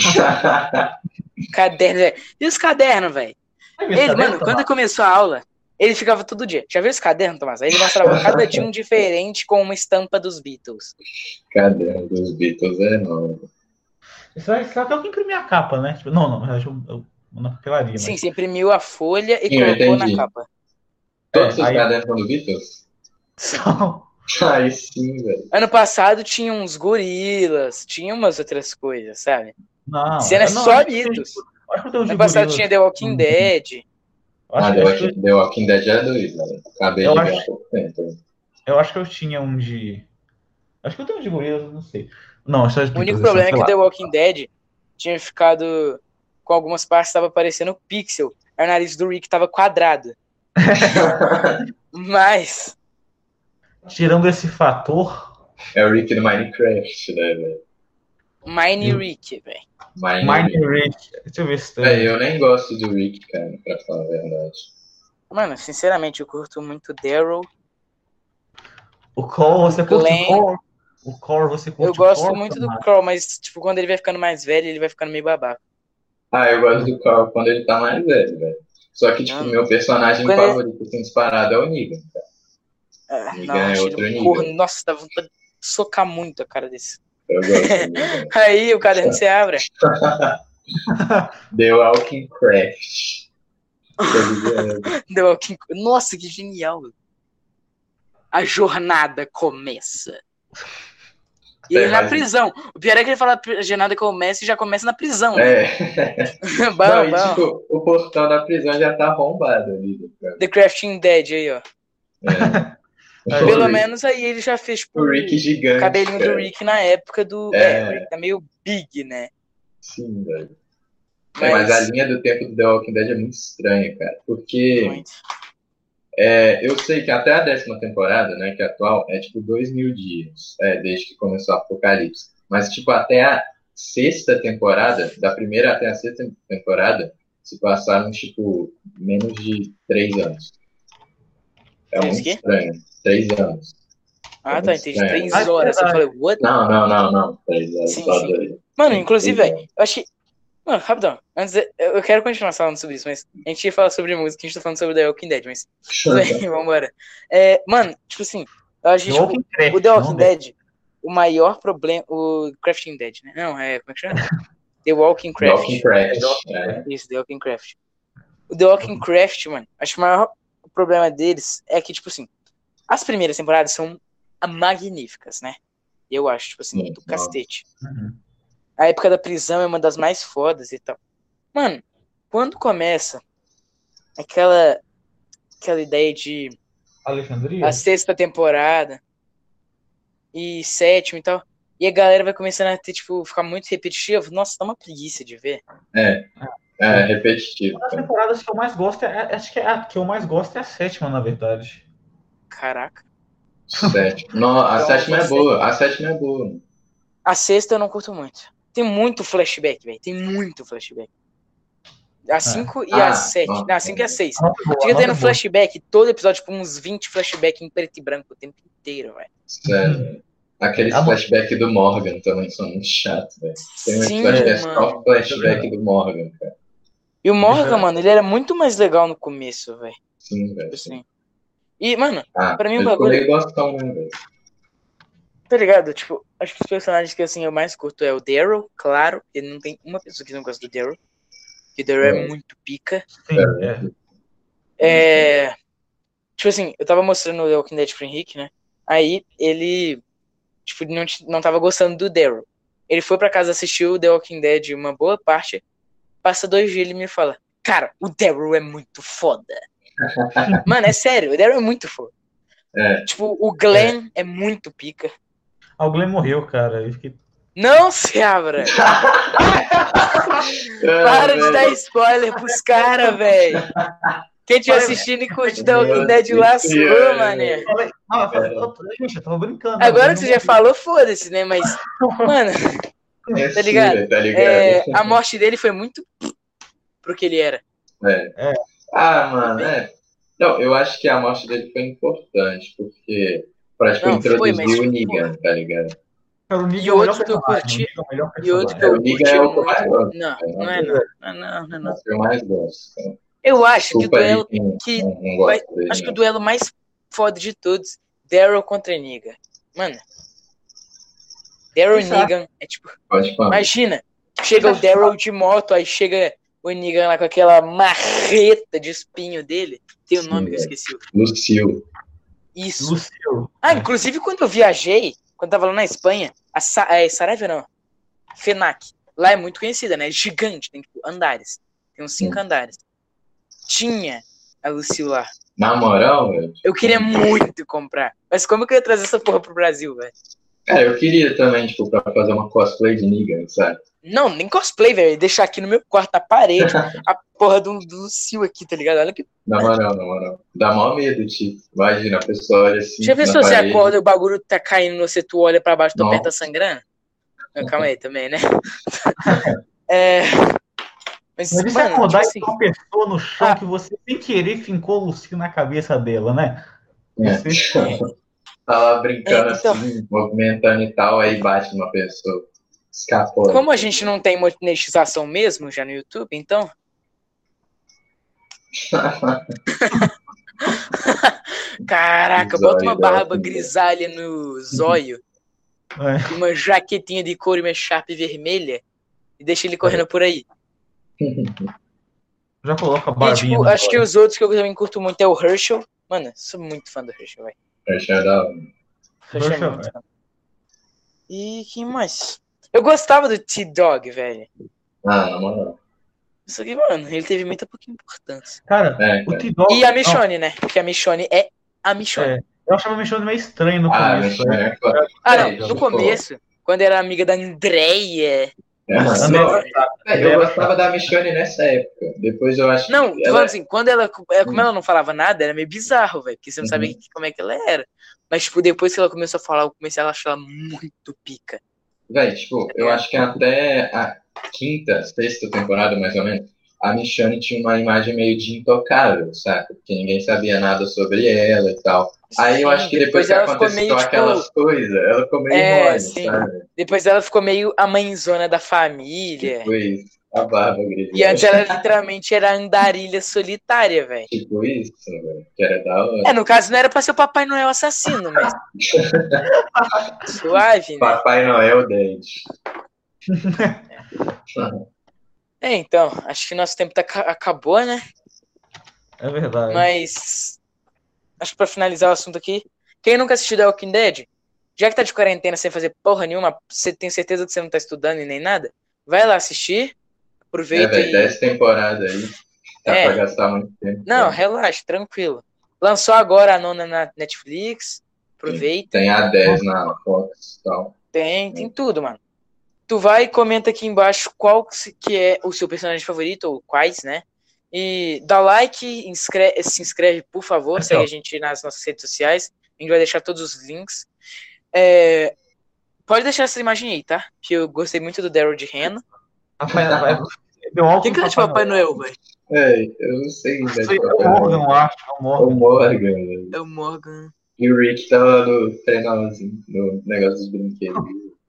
Caderno, velho. E os cadernos, velho? Ele, mano, quando começou a aula, ele ficava todo dia. Já viu esse caderno, Tomás? Aí ele mostrava cada dia um diferente com uma estampa dos Beatles. Caderno dos Beatles é novo. Será, será que alguém imprimiu a capa, né? Tipo, não, não, na verdade eu, eu, eu na papelaria, Sim, mas... você imprimiu a folha e Sim, eu colocou na entendi. capa. Todos É, os aí- cadernos são do Beatles? São... Aí sim, velho. Ano passado tinha uns gorilas, tinha umas outras coisas, sabe? Não, Cena não, só acho que tem- Beatles. Acho que eu tenho um de Ano passado gorilas. tinha The Walking Dead. Acho, Ah, que- The acho que eu- Walking, The Walking Dead é doido, velho. Acabei Eu de ver acho- há pouco tempo. Eu acho que eu tinha um de. Acho que eu tenho um de gorilas, não sei. Não, acho que é de O único Beatles, problema é sei que lá. The Walking Dead tinha ficado com algumas partes, tava parecendo pixel. Aí o nariz do Rick tava quadrado. Mas, Tirando esse fator, É o Rick do Minecraft, né, velho? Mine Eu- Rick, velho. Mine Mine Rick. Deixa eu ver se tem. É, eu nem gosto do Rick, cara, pra falar a verdade. Mano, sinceramente, eu curto muito Daryl. O Core, você curte Glenn. o Core? O Core, você curte Eu o gosto Core, muito do Tomás? Crow, mas, tipo, quando ele vai ficando mais velho, ele vai ficando meio babaca. Ah, eu gosto do Carl quando ele tá mais velho, velho. Só que, tipo, Ah. meu personagem Quando ele- favorito, assim, disparado é o Negan, cara. Ah, Negan não, é achei outro ele um nível. corno. Nossa, dá vontade de socar muito a cara desse. Eu gosto do Negan. Aí o caderno se abre. The Walking Craft. Tô ligado. The Walking... Nossa, que genial. A jornada começa. E ele É, na mas- prisão. O pior é que ele fala a jornada começa e já começa na prisão. Né? É. bom, Não, e, bom. tipo, o portão da prisão já tá arrombado ali, cara. The Crafting Dead aí, ó. É. Aí, O Pelo Rick- menos aí ele já fez tipo, O Rick o gigante. cabelinho cara. do Rick na época do. É. É, o Rick tá meio big, né? Sim, velho. É, mas a Mas. linha do tempo do The Walking Dead é muito estranha, cara. Porque Muito. é, eu sei que até a décima temporada, né, que é atual, é tipo dois mil dias, é, desde que começou o Apocalipse. Mas, tipo, até a sexta temporada, da primeira até a sexta temporada, se passaram, tipo, menos de três anos. É Três muito quê? estranho. Três anos. Ah, É tá, muito entendi. estranho. Três Ah, horas. Eu falei, what? Não, não, não, não. Três anos, Sim, só sim. dois. Mano, Sim, inclusive, três velho, anos. eu achei. Mano, rapidão. Antes de... Eu quero continuar falando sobre isso, mas a gente ia falar sobre música, a gente tá falando sobre The Walking Dead, mas tudo bem, vambora. É, mano, tipo assim, eu acho que The tipo, Walking Craft, o The não Walking The- Dead, o maior problema. O Crafting Dead, né? Não, é. Como é que chama? The Walking The Walking Craft. Craft. É. Isso, The Walking Craft. O The Walking Craft, mano, acho que o maior problema deles é que, tipo assim, as primeiras temporadas são magníficas, né? Eu acho, tipo assim, Sim, do nossa. cacete. Uhum. A época da prisão é uma das mais fodas e tal. Mano, quando começa aquela, aquela ideia de Alexandria? a sexta temporada e sétima e tal, e a galera vai começando a ter, tipo, ficar muito repetitivo, nossa, dá uma preguiça de ver. É, é repetitivo. Uma das Cara. temporadas que eu mais gosto é, acho que é a que eu mais gosto é a sétima, na verdade. Caraca. Sétima. Não, a Então, sétima é você- boa. A sétima é boa. A sexta eu não curto muito. Tem muito flashback, velho. Tem muito flashback. A cinco e a Ah, sete. nossa. Não, a cinco e a seis. A nota é boa, a Fica nota tendo é boa. flashback, todo episódio, tipo, uns vinte flashback em preto e branco o tempo inteiro, velho. Sério. Aqueles Ah, bom. flashbacks do Morgan também são muito chatos, velho. Tem um Sim, episódio que é mano. só flashback do Morgan, cara. E o Morgan, Deixa- mano, ele era muito mais legal no começo, velho. Sim, velho. Assim. E, mano, Ah, pra mim o ele ficou bagulho, meio gostão, né, velho? tá ligado? Tipo, acho que os personagens que, assim, eu mais curto é o Daryl, claro. Ele não tem uma pessoa que não gosta do Daryl. Porque o Daryl é É. muito pica. Sim, é. É... Tipo assim, eu tava mostrando o The Walking Dead pro Henrique, né? Aí ele, tipo, não, não tava gostando do Daryl. Ele foi pra casa assistir o The Walking Dead uma boa parte. Passa dois dias e ele me fala: cara, o Daryl é muito foda. Mano, é sério, o Daryl é muito foda. É. Tipo, o Glenn é, é muito pica. Ah, o Glenn morreu, cara. Eu fiquei... Não se abra! Para de dar spoiler pros caras, velho. Quem estiver assistindo e curte The Walking Dead lascou, mané. Falei- Ah, eu falei- eu- gente, eu tava brincando. né? Agora Eu que você não- já falou, foda-se, né? Mas, mano, É tá ligado? Sura, tá ligado? é, a morte dele foi muito pro que ele era. É. É. Ah, mano, é. Não, eu acho que a morte dele foi importante, porque pra, tipo, Não, foi, introduzir mas, o tipo, Negan, tá ligado? Cara, o Negan E é o melhor outro que eu personagem, curti- o Negan é o melhor E outro que personagem. eu É, o Negan curti é o que eu mais muito. gosto. Não, não é não. Não, é não, não, é não. Mas eu mais gosto, cara. Eu acho que o Desculpa aí duelo. quem que não, não vai- gosta dele. Acho que o não. duelo mais foda de todos, Daryl contra Negan. Mano. Daryl e Exato. Negan é tipo. Pode falar. Imagina, chega o Daryl de moto, aí chega o Negan lá com aquela marreta de espinho dele. Tem o Sim, nome que eu velho. esqueci. Lucille. Isso. Lucio. Ah, inclusive quando eu viajei, quando eu tava lá na Espanha, a Sa é, Saraiva não, FENAC, lá é muito conhecida, né? É gigante, tem tipo andares. Tem uns cinco Sim. andares. Tinha a Lucille lá. Na moral, velho. Eu queria muito comprar. Mas como que eu ia trazer essa porra pro Brasil, velho? Cara, eu queria também, tipo, pra fazer uma cosplay de Negan, sabe? Não, nem cosplay, velho. Deixar aqui no meu quarto, na parede, a porra do, do Lucille aqui, tá ligado? Olha que. Na moral, na moral. Dá maior medo, tipo. Imagina, a pessoa olha assim. Já pensou na se parede. acorda e o bagulho tá caindo no você, tu olha pra baixo, tua Não. perna tá sangrando? Não, calma aí também, né? é. Mas, Mas e se mano, acordar tipo e assim, ter uma pessoa no chão Ah. que você, sem querer, fincou o Lucio na cabeça dela, né? É. Você- Tá lá brincando É, então. assim, movimentando e tal, aí bate numa pessoa. Escapou. como a gente não tem monetização mesmo já no YouTube, então. Caraca, Zóio, bota uma da barba hora. grisalha no zóio É. e uma jaquetinha de couro e uma chapa vermelha e deixa ele correndo por aí. Já coloca a E, barbinha tipo, no acho que zóio. os outros que eu também curto muito é o Herschel. Mano, sou muito fã do Herschel, velho. Eu achei da hora. Herschel é Herschel, muito velho. fã. E quem mais? Eu gostava do T-Dog, velho. Ah, na moral. Só que, mano, ele teve muita pouca importância. Cara, É, o cara. T-Dog... E a Michonne, né? Porque a Michonne é a Michonne. É, eu achava a Michonne meio estranho no Ah, começo. mas né? é foda. Ah, É, não, já no ficou. começo, quando era amiga da Andrea Aham, não, é, eu gostava da Michonne nessa época. Depois eu acho Não, que tô ela... falando assim, quando ela, é, como Hum. ela não falava nada, era meio bizarro, velho, porque você não Uhum. sabia que- como é que ela era. Mas, tipo, depois que ela começou a falar, eu comecei a achar ela muito pica. Véi, tipo, eu acho que até a quinta, sexta temporada, mais ou menos, a Michonne tinha uma imagem meio de intocável, saca? Porque ninguém sabia nada sobre ela e tal. Aí eu Sim, acho que depois depois que ela ficou aconteceu meio, tipo, aquelas coisas, ela ficou meio é, mole, sim. sabe? Depois ela ficou meio a mãezona da família. Tipo isso, a barba E grisalha. antes ela literalmente era a andarilha solitária, velho. Tipo isso, velho, que era da hora. É, no caso não era pra ser o Papai Noel assassino, mas suave, né? Papai Noel dez. É, então, acho que nosso tempo tá, acabou, né? É verdade. Mas, acho que pra finalizar o assunto aqui, quem nunca assistiu The Walking Dead, já que tá de quarentena sem fazer porra nenhuma, você tem certeza que você não tá estudando e nem nada, vai lá assistir, É, aproveita velho, e... dez temporadas aí. Dá É. pra gastar muito tempo. Não, né? relaxa, tranquilo. Lançou agora a nona na Netflix, aproveita. Tem a dez na Fox e tal. Tem, tem tudo, mano. Tu vai e comenta aqui embaixo qual que é o seu personagem favorito, ou quais, né? E dá like, inscreve, se inscreve, por favor, Aqui, segue ó. a gente nas nossas redes sociais. A gente vai deixar todos os links. É, pode deixar essa imagem aí, tá? Que eu gostei muito do Daryl de Reno. Papai Noel. Deu alto Quem que é no de Papai Noel, velho? É, eu não sei ainda. Isso aí de é o Papai Morgan, Noel. eu acho. É o É o Morgan. Morgan, velho. É o Morgan. E o Rick tava no trenózinho, no negócio dos brinquedos.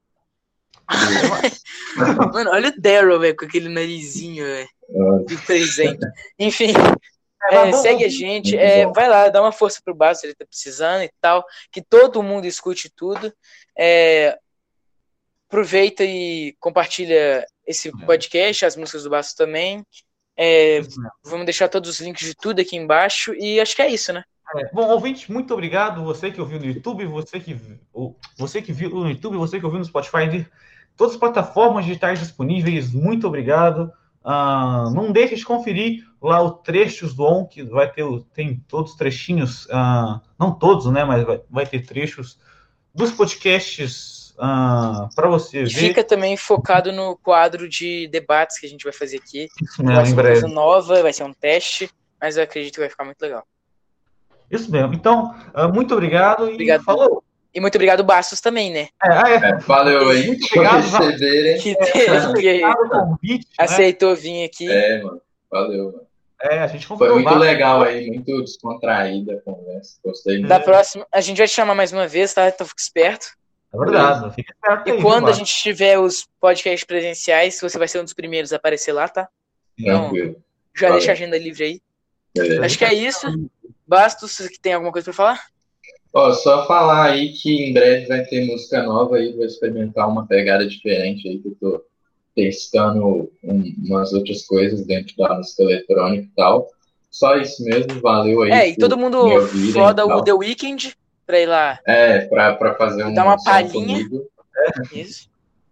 Mano, olha o Daryl, velho, com aquele narizinho, velho, Nossa. de presente. Enfim, É, é, mas bom, segue a gente, muito é, bom. vai lá, dá uma força pro Basso, se ele tá precisando e tal, que todo mundo escute tudo. É, aproveita e compartilha esse podcast, as músicas do Basso também. É, isso mesmo. vamos deixar todos os links de tudo aqui embaixo e acho que é isso, né? É. Bom, ouvinte, muito obrigado. Você que ouviu no YouTube, você que, ou, você que viu no YouTube, você que ouviu no Spotify, de todas as plataformas digitais disponíveis, muito obrigado. Ah, não deixe de conferir lá o Trechos do On, que vai ter, tem todos os trechinhos, ah, não todos, né, mas vai, vai ter trechos dos podcasts ah, para você E ver. fica também focado no quadro de debates que a gente vai fazer aqui. Isso Vai mesmo, ser em uma breve. coisa nova, vai ser um teste, mas eu acredito que vai ficar muito legal. Isso mesmo. Então, ah, muito obrigado e Obrigado. falou. E muito obrigado, Bastos, também, né? É, ah, é. É, valeu aí Muito por obrigado, Val. receberem. Que, que Obrigado pelo convite, né? aceitou vir aqui. É, mano. Valeu, mano. É, a gente Foi convidou muito o Vasco. legal aí, muito descontraída a conversa. Gostei muito. Da próxima, a gente vai te chamar mais uma vez, tá? Então fica esperto. É verdade. Fica esperto E aí, quando viu, a gente tiver os podcasts presenciais, você vai ser um dos primeiros a aparecer lá, tá? Então, Tranquilo. já Valeu. deixa a agenda livre aí. Beleza. Acho que é isso. Bastos, que tem alguma coisa pra falar? Ó, só falar aí que em breve vai ter música nova aí, vou experimentar uma pegada diferente aí, que eu tô testando um, umas outras coisas dentro da música eletrônica e tal. Só isso mesmo, valeu aí. É, e por todo mundo me ouvirem foda e o tal. The Weeknd pra ir lá. É, pra, pra fazer um Dar uma som palhinha. comigo. Isso.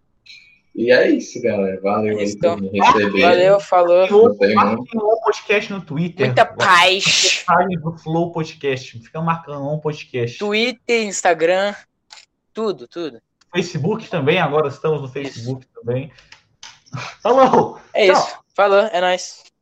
E é isso, galera. Valeu É isso, aí por então. me receber. Valeu, falou. Gostei muito. Marquem o podcast no Twitter. Muita paz. Página do Flow Podcast. Fica marcando um podcast. Twitter, Instagram, tudo, tudo. Facebook também, agora estamos no Facebook também. Falou! É Tchau. isso. Falou, é nóis.